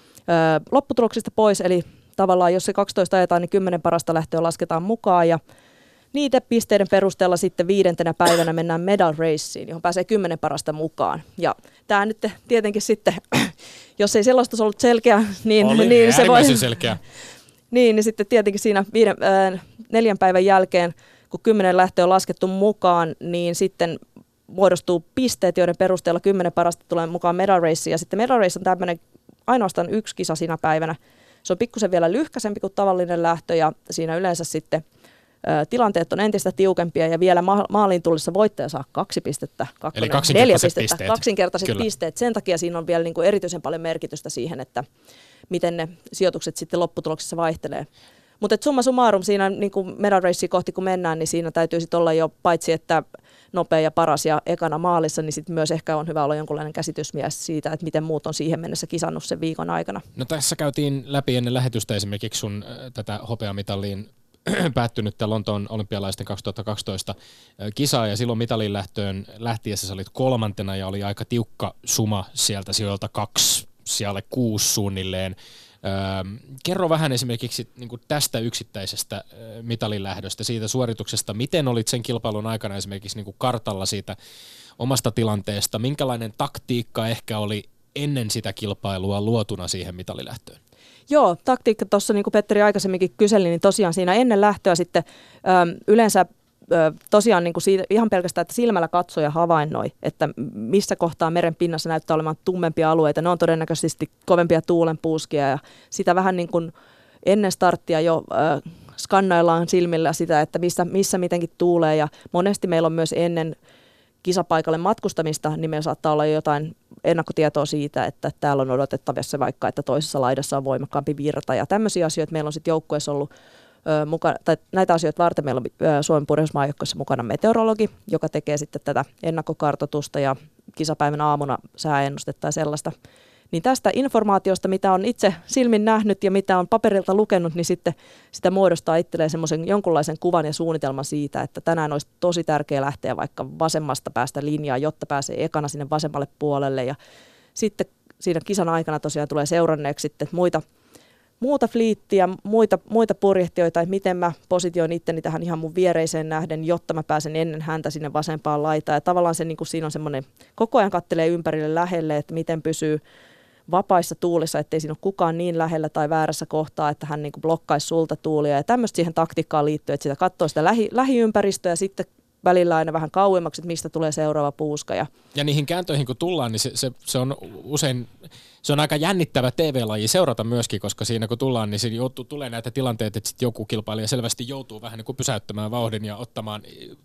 ö, lopputuloksista pois, eli tavallaan jos se kaksitoista ajetaan, niin kymmenen parasta lähtöä lasketaan mukaan, ja niiden pisteiden perusteella sitten viidentenä päivänä mennään medal raceen, johon pääsee kymmenen parasta mukaan, ja tämä nyt tietenkin sitten, jos ei sellaista ollut selkeä, niin, Oli niin se voi... selkeä. Niin, niin sitten tietenkin siinä viiden, äh, neljän päivän jälkeen, kun kymmenen lähtö on laskettu mukaan, niin sitten muodostuu pisteet, joiden perusteella kymmenen parasta tulee mukaan medal raceen. Ja sitten medal race on tämmöinen ainoastaan yksi kisa siinä päivänä. Se on pikkusen vielä lyhkäisempi kuin tavallinen lähtö ja siinä yleensä sitten äh, tilanteet on entistä tiukempia ja vielä ma- maaliin tullessa voittaja saa kaksi pistettä, kakkonen, Eli kaksinkertaiset neljä pistettä, pisteet. kaksinkertaiset Kyllä. pisteet. Sen takia siinä on vielä niin kuin erityisen paljon merkitystä siihen, että miten ne sijoitukset sitten lopputuloksessa vaihtelee. Mutta summa summarum siinä niin kuin medal racea kohti kun mennään, niin siinä täytyy sitten olla jo paitsi, että nopea ja paras ja ekana maalissa, niin sitten myös ehkä on hyvä olla jonkunlainen käsitys myös siitä, että miten muut on siihen mennessä kisannut sen viikon aikana. No tässä käytiin läpi ennen lähetystä esimerkiksi sun äh, tätä hopeamitaliin päättynyttä Lontoon olympialaisten kaksituhattakaksitoista kisaa ja silloin mitalin lähtöön lähtiessä sä olit kolmantena ja oli aika tiukka suma sieltä sijoilta kaksi sijalle kuusi suunnilleen. Öö, kerro vähän esimerkiksi niin kuin tästä yksittäisestä mitalin lähdöstä, siitä suorituksesta, miten olit sen kilpailun aikana esimerkiksi niin kuin kartalla siitä omasta tilanteesta, minkälainen taktiikka ehkä oli ennen sitä kilpailua luotuna siihen mitalilähtöön? Joo, taktiikka tuossa niin kuin Petteri aikaisemminkin kyseli, niin tosiaan siinä ennen lähtöä sitten ö, yleensä ö, tosiaan niin kuin siitä, ihan pelkästään, että silmällä katsoja havainnoi, että missä kohtaa meren pinnassa näyttää olemaan tummempia alueita. Ne on todennäköisesti kovempia tuulenpuuskia ja sitä vähän niin kuin ennen starttia jo ö, skannaillaan silmillä sitä, että missä, missä mitenkin tuulee ja monesti meillä on myös ennen kisapaikalle matkustamista, niin meillä saattaa olla jotain ennakkotietoa siitä, että täällä on odotettavissa vaikka, että toisessa laidassa on voimakkaampi virta ja tämmöisiä asioita. Meillä on sitten joukkueessa ollut ö, mukana, tai näitä asioita varten meillä on ö, Suomen purjehdusmaajoukkueessa mukana meteorologi, joka tekee sitten tätä ennakkokartoitusta ja kisapäivän aamuna sääennustetta ja sellaista. Niin tästä informaatiosta, mitä on itse silmin nähnyt ja mitä on paperilta lukenut, niin sitten sitä muodostaa itselleen semmoisen jonkunlaisen kuvan ja suunnitelman siitä, että tänään olisi tosi tärkeää lähteä vaikka vasemmasta päästä linjaa, jotta pääsee ekana sinne vasemmalle puolelle. Ja sitten siinä kisan aikana tosiaan tulee seuranneeksi sitten muita, muuta fliittiä, muita, muita purjehtijoita, että miten mä positioin itteni tähän ihan mun viereiseen nähden, jotta mä pääsen ennen häntä sinne vasempaan laitaan. Ja tavallaan se, niin kuin siinä on semmoinen, koko ajan kattelee ympärille lähelle, että miten pysyy vapaissa tuulissa, ettei siinä ole kukaan niin lähellä tai väärässä kohtaa, että hän niin kuin blokkaisi sulta tuulia. Ja tämmöistä siihen taktiikkaan liittyy, että sitä katsoo sitä lähi, lähiympäristöä ja sitten välillä aina vähän kauemmaksi, että mistä tulee seuraava puuska. Ja, ja niihin kääntöihin kun tullaan, niin se, se, se on usein, se on aika jännittävä T V-laji seurata myöskin, koska siinä kun tullaan, niin siinä joutuu, tulee näitä tilanteita, että sitten joku kilpailija selvästi joutuu vähän niin kuin pysäyttämään vauhdin ja ottamaan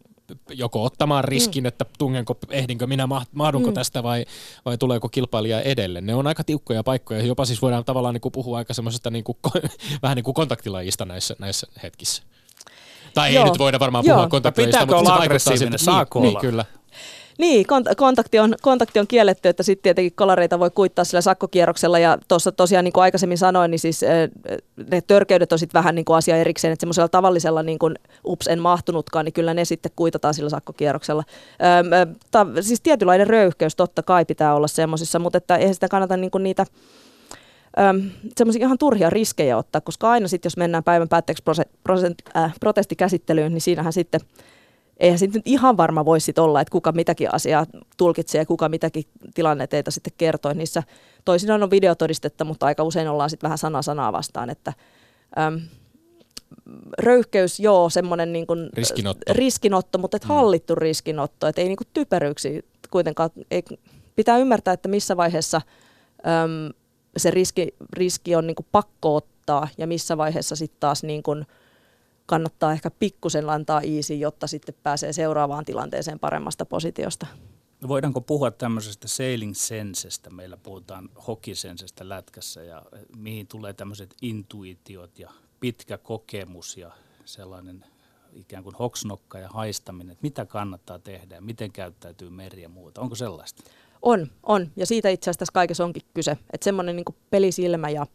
joko ottamaan riskin, mm. että tungenko, ehdinkö minä, mahdunko mm. tästä vai, vai tuleeko kilpailija edelle. Ne on aika tiukkoja paikkoja, jopa siis voidaan tavallaan niin kuin puhua aika semmoisesta niin kuin, vähän niin kuin kontaktilajista näissä, näissä hetkissä. Tai Joo. ei nyt voida varmaan Joo. puhua kontaktilajista, Pitääkö mutta olla se vaikuttaa aggressiivinen? siltä. Saako niin, olla? niin, kyllä. Niin, kont- kontakti, on, kontakti on kielletty, että sitten tietenkin kolareita voi kuittaa sillä sakkokierroksella ja tuossa tosiaan niin kuin aikaisemmin sanoin, niin siis ne törkeydet on sitten vähän niin kuin asia erikseen, että semmoisella tavallisella niin kuin ups en mahtunutkaan, niin kyllä ne sitten kuitataan sillä sakkokierroksella. Öö, ta, siis tietynlainen röyhkeys totta kai pitää olla semmoisissa, mutta että eihän sitä kannata niin kuin niitä semmoisia ihan turhia riskejä ottaa, koska aina sitten jos mennään päivän päätteeksi prose- prosent- äh, protestikäsittelyyn, niin siinähän sitten eihän sitten nyt ihan varma voi sit olla, että kuka mitäkin asiaa tulkitsee ja kuka mitäkin tilanneteita sitten kertoo. Niissä toisinaan on videotodistetta, mutta aika usein ollaan sitten vähän sana sanaa vastaan. Että, äm, röyhkeys, joo, semmoinen niin kuin riskinotto. riskinotto, mutta et hallittu mm. riskinotto. Että ei niin kuin typeryyksi kuitenkaan. Ei, pitää ymmärtää, että missä vaiheessa äm, se riski, riski on niin kuin pakko ottaa ja missä vaiheessa sitten taas niin kuin kannattaa ehkä pikkusen antaa easy, jotta sitten pääsee seuraavaan tilanteeseen paremmasta positiosta. No voidaanko puhua tämmöisestä sailing sensestä? Meillä puhutaan hokisensestä lätkässä ja mihin tulee tämmöiset intuitiot ja pitkä kokemus ja sellainen ikään kuin hoksnokka ja haistaminen, että mitä kannattaa tehdä ja miten käyttäytyy meri ja muuta. Onko sellaista? On, on. Ja siitä itse asiassa tässä kaikessa onkin kyse. Että semmoinen niin kuin pelisilmä ja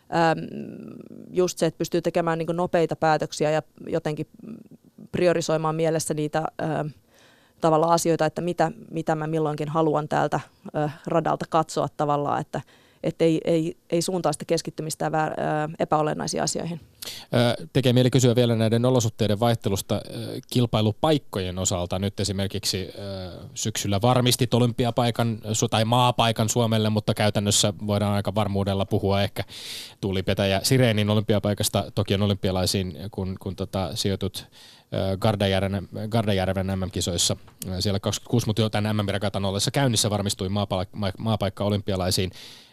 just se, että pystyy tekemään niin kuin nopeita päätöksiä ja jotenkin priorisoimaan mielessä niitä ää, tavallaan asioita, että mitä, mitä mä milloinkin haluan täältä ää, radalta katsoa tavallaan, että et ei, ei, ei suuntaa sitä keskittymistä väär, ää, epäolennaisiin asioihin. Tekee mieli kysyä vielä näiden olosuhteiden vaihtelusta kilpailupaikkojen osalta. Nyt esimerkiksi syksyllä varmistit olympiapaikan tai maapaikan Suomelle, mutta käytännössä voidaan aika varmuudella puhua ehkä Tuulipetäjä Sireenin olympiapaikasta Tokion olympialaisiin, kun, kun tota, sijoitut Gardajärven, Gardajärven äm äm-kisoissa. Siellä kaksikymmentäkuusi, mutta jo tämän äm äm-regatan ollessa käynnissä varmistui maapaikka, maapaikka olympialaisiin.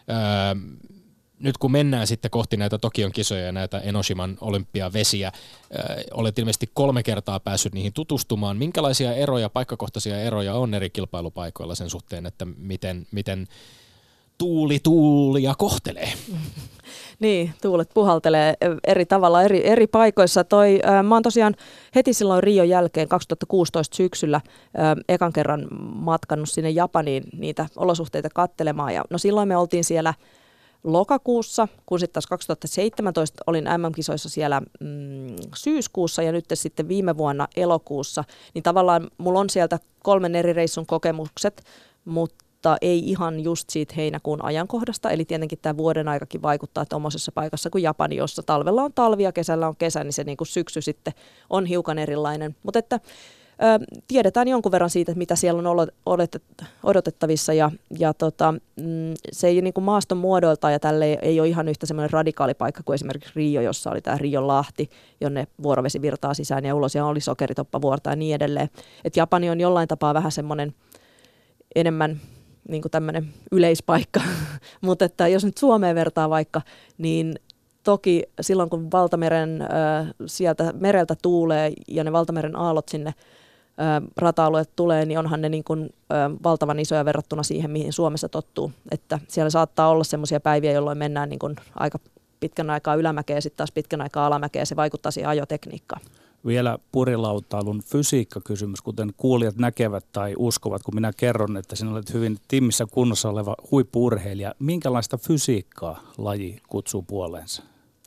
Nyt kun mennään sitten kohti näitä Tokion kisoja ja näitä Enoshiman olympiavesiä, äh, olet ilmeisesti kolme kertaa päässyt niihin tutustumaan. Minkälaisia eroja, paikkakohtaisia eroja on eri kilpailupaikoilla sen suhteen, että miten, miten tuuli tuulia kohtelee? Niin, tuulet puhaltelee eri tavalla eri, eri paikoissa. Toi, äh, mä oon tosiaan heti silloin Rion jälkeen kaksituhattakuusitoista syksyllä äh, ekan kerran matkannut sinne Japaniin niitä olosuhteita katselemaan. Ja, no silloin me oltiin siellä lokakuussa, kun sitten taas kaksituhattaseitsemäntoista olin äm äm-kisoissa siellä mm, syyskuussa ja nyt sitten viime vuonna elokuussa, niin tavallaan mulla on sieltä kolmen eri reissun kokemukset, mutta ei ihan just siitä heinäkuun ajankohdasta, eli tietenkin tämä vuoden aikakin vaikuttaa tuommoisessa paikassa kuin Japani, jossa talvella on talvi ja kesällä on kesä, niin se niin kuin syksy sitten on hiukan erilainen, mutta että Ö, tiedetään jonkun verran siitä, että mitä siellä on odotettavissa ja, ja tota, mm, se ei niin kuin maaston muodoilta ja tälle ei, ei ole ihan yhtä semmoinen radikaali paikka kuin esimerkiksi Rio, jossa oli tämä Rion lahti, jonne vuorovesi virtaa sisään ja ulos ja oli sokeritoppavuorta ja niin edelleen. Et Japani on jollain tapaa vähän semmoinen enemmän niin kuin tämmöinen yleispaikka, mutta että jos nyt Suomeen vertaa vaikka, niin toki silloin kun valtameren ö, sieltä mereltä tuulee ja ne valtameren aallot sinne ö, rata-alueet tulee, niin onhan ne niin kuin, ö, valtavan isoja verrattuna siihen, mihin Suomessa tottuu. Että siellä saattaa olla semmoisia päiviä, jolloin mennään niin kuin aika pitkän aikaa ylämäkeä ja sitten taas pitkän aikaa alamäkeä ja se vaikuttaa siihen ajotekniikkaan. Vielä purilautailun fysiikkakysymys, kuten kuulijat näkevät tai uskovat, kun minä kerron, että sinä olet hyvin timmissä kunnossa oleva huippu-urheilija. Minkälaista fysiikkaa laji kutsuu puoleensa?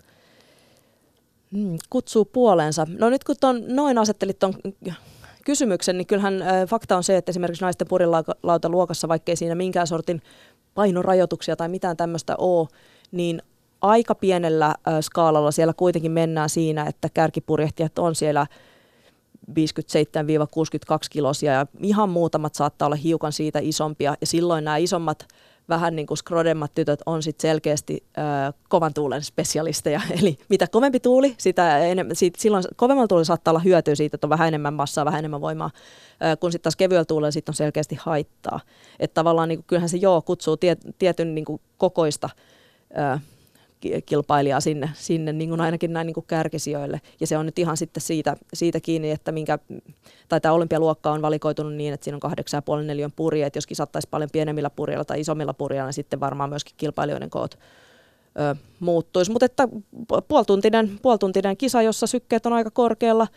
Hmm, kutsuu puoleensa. No nyt kun ton, noin asettelit tuon kysymyksen, niin kyllähän äh, fakta on se, että esimerkiksi naisten purilautaluokassa, vaikkei siinä minkään sortin painorajoituksia tai mitään tämmöistä ole, niin aika pienellä äh, skaalalla siellä kuitenkin mennään siinä, että kärkipurjehtijat on siellä viisikymmentäseitsemän kuusikymmentäkaksi kilosia ja ihan muutamat saattaa olla hiukan siitä isompia ja silloin nämä isommat vähän niin kuin skrodemmat tytöt on sit selkeästi äh, kovan tuulen spesialisteja. Eli mitä kovempi tuuli, sitä enemmän, siitä, silloin kovemmalla tuulella saattaa olla hyötyä siitä, että on vähän enemmän massaa, vähän enemmän voimaa, äh, kun sitten taas kevyellä tuulella sit on selkeästi haittaa. Että tavallaan niin kuin, kyllähän se joo kutsuu tie, tietyn niin kuin kokoista äh, kilpailijaa sinne, sinne niin kuin ainakin näin niin kuin kärkisijoille. Ja se on nyt ihan sitten siitä, siitä kiinni, että minkä, tai tämä olympialuokka on valikoitunut niin, että siinä on kahdeksan pilkku viisi neliön purje, että jos kisattaisiin paljon pienemmillä purjeilla tai isommilla purjeilla, niin sitten varmaan myöskin kilpailijoiden koot ö, muuttuisi. Mutta että puolituntinen, puolituntinen kisa, jossa sykkeet on aika korkealla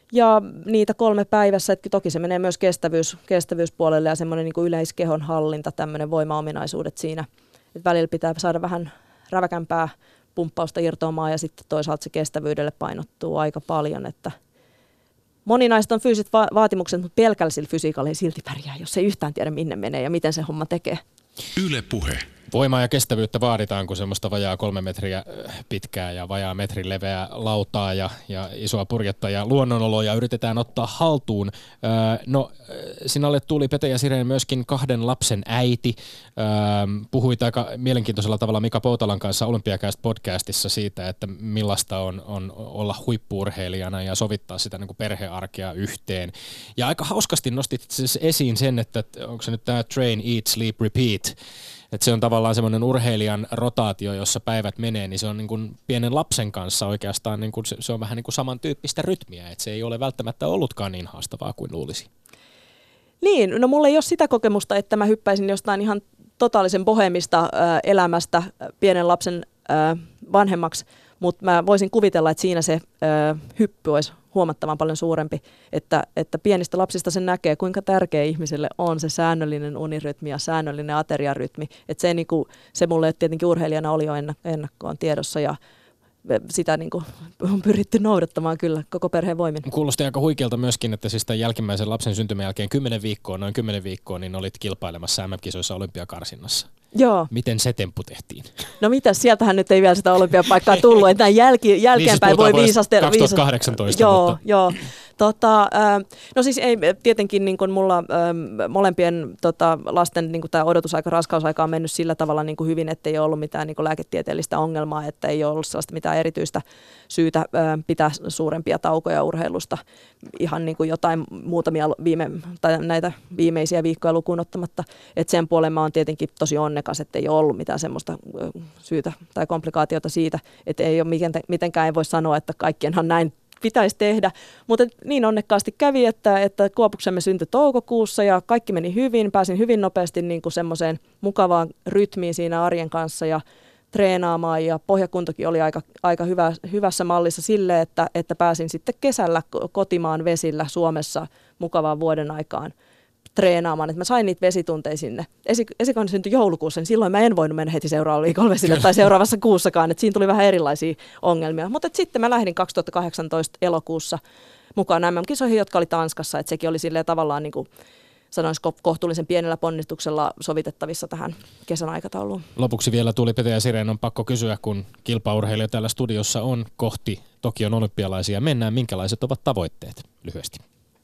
Ja niitä kolme päivässä, että toki se menee myös kestävyys, kestävyyspuolelle ja semmoinen niin kuin yleiskehon hallinta, tämmöinen voimaominaisuudet siinä. Että välillä pitää saada vähän räväkämpää pumppausta irtoamaan ja sitten toisaalta se kestävyydelle painottuu aika paljon, että moninaiset on fyysiset va- vaatimukset, mutta pelkällä sillä fysiikalla ei silti pärjää, jos ei yhtään tiedä minne menee ja miten se homma tekee. Yle Puhe. Voimaa ja kestävyyttä vaaditaan, kun semmoista vajaa kolme metriä pitkää ja vajaa metrin leveää lautaa ja, ja isoa purjetta ja luonnonoloja yritetään ottaa haltuun. Öö, no, sinulle tuli Pete ja Sirén myöskin kahden lapsen äiti. Öö, puhuit aika mielenkiintoisella tavalla Mika Poutalan kanssa Olympiacast-podcastissa siitä, että millaista on, on olla huippu-urheilijana ja sovittaa sitä niin kuin perhearkea yhteen. Ja aika hauskasti nostit siis esiin sen, että onko se nyt tämä train, eat, sleep, repeat. Että se on tavallaan semmoinen urheilijan rotaatio, jossa päivät menee, niin se on niin kuin pienen lapsen kanssa oikeastaan, niin kuin se, se on vähän niin kuin samantyyppistä rytmiä, että se ei ole välttämättä ollutkaan niin haastavaa kuin luulisi. Niin, no mulla ei ole sitä kokemusta, että mä hyppäisin jostain ihan totaalisen boheemista äh, elämästä äh, pienen lapsen äh, vanhemmaksi, mutta mä voisin kuvitella, että siinä se äh, hyppy olisi huomattavan paljon suurempi, että, että pienistä lapsista sen näkee, kuinka tärkeä ihmiselle on se säännöllinen unirytmi ja säännöllinen ateriarytmi. Että se, niin kuin, se mulle tietenkin urheilijana oli jo ennakkoon tiedossa ja sitä niin kuin on pyritty noudattamaan kyllä koko perheen voimin. Kuulosti aika huikealta myöskin, että siis tämän jälkimmäisen lapsen syntymän jälkeen kymmenen viikkoa, noin kymmenen viikkoa, niin olit kilpailemassa M M-kisoissa olympiakarsinnassa. Joo. Miten se temppu tehtiin? No mitäs, sieltähän nyt ei vielä sitä olympiapaikkaa tullut, että näin jälki, jälkeenpäin niin siis voi viisastella. kaksituhattakahdeksantoista. Joo, mutta. joo. Tota, äh, no siis ei tietenkin niin kuin mulla äh, molempien tota, lasten niin kuin tämä odotusaika, raskausaika on mennyt sillä tavalla niin kuin hyvin, että ei ole ollut mitään niin kuin lääketieteellistä ongelmaa, että ei ole ollut sellaista mitään erityistä syytä äh, pitää suurempia taukoja urheilusta. Ihan niin kuin jotain muutamia viime, tai näitä viimeisiä viikkoja lukuun ottamatta. Et sen puolen mä oon tietenkin tosi onnekas, että ei ole ollut mitään semmoista äh, syytä tai komplikaatiota siitä, että ei ole mitenkään ei voi sanoa, että kaikkienhan näin pitäisi tehdä, mutta niin onnekkaasti kävi, että, että Kuopuksemme syntyi toukokuussa ja kaikki meni hyvin, pääsin hyvin nopeasti niin kuin semmoiseen mukavaan rytmiin siinä arjen kanssa ja treenaamaan ja pohjakuntokin oli aika, aika hyvä, hyvässä mallissa sille, että, että pääsin sitten kesällä kotimaan vesillä Suomessa mukavaan vuoden aikaan treenaamaan, että mä sain niitä vesitunteja sinne. Esi- esikoinen syntyi joulukuussa, niin silloin mä en voinut mennä heti seuraavalla viikolla vesille tai seuraavassa kuussakaan, että siinä tuli vähän erilaisia ongelmia. Mutta sitten mä lähdin kaksituhattakahdeksantoista elokuussa mukaan M M-kisoihin, jotka oli Tanskassa, että sekin oli silleen tavallaan niin kuin sanoisiko kohtuullisen pienellä ponnistuksella sovitettavissa tähän kesän aikatauluun. Lopuksi vielä tuli Pete ja Sirén, on pakko kysyä, kun kilpaurheilija täällä studiossa on kohti Tokion olympialaisia. Mennään, minkälaiset ovat tavoitteet lyhyesti?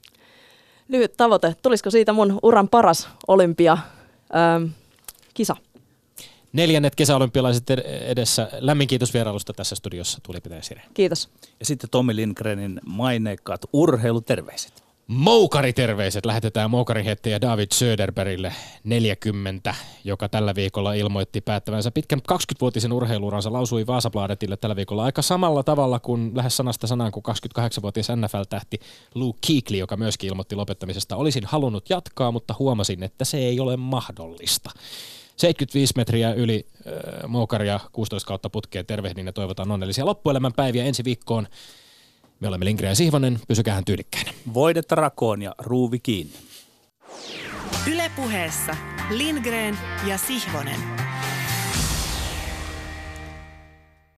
Lyhyt tavoite. Tulisiko siitä mun uran paras olympia öö, kisa? Neljännet kesäolympialaiset edessä. Lämmin kiitos vierailusta tässä studiossa. Tuli Pete ja Sirén. Kiitos. Ja sitten Tommi Lindgrenin maineikkaat urheiluterveiset. Moukariterveiset lähetetään Moukarihetti ja David Söderbergille neljäkymmentä, joka tällä viikolla ilmoitti päättävänsä pitkän kaksikymmenvuotisen urheiluuransa, lausui Vasabladetille tällä viikolla aika samalla tavalla kuin lähes sanasta sanaan kuin kaksikymmentäkahdeksanvuotias N F L-tähti Luke Kuechly, joka myöskin ilmoitti lopettamisesta. Olisin halunnut jatkaa, mutta huomasin, että se ei ole mahdollista. seitsemänkymmentäviisi metriä yli äh, Moukaria kuusitoista kautta putkeen. Tervehdin ja toivotan onnellisia loppuelämän päiviä ensi viikkoon. Me olemme Lindgren ja Sihvonen, pysykäähän tyylikkäinä. Voidetta rakoon ja ruuvi kiinni. Yle Puheessa Lindgren ja Sihvonen.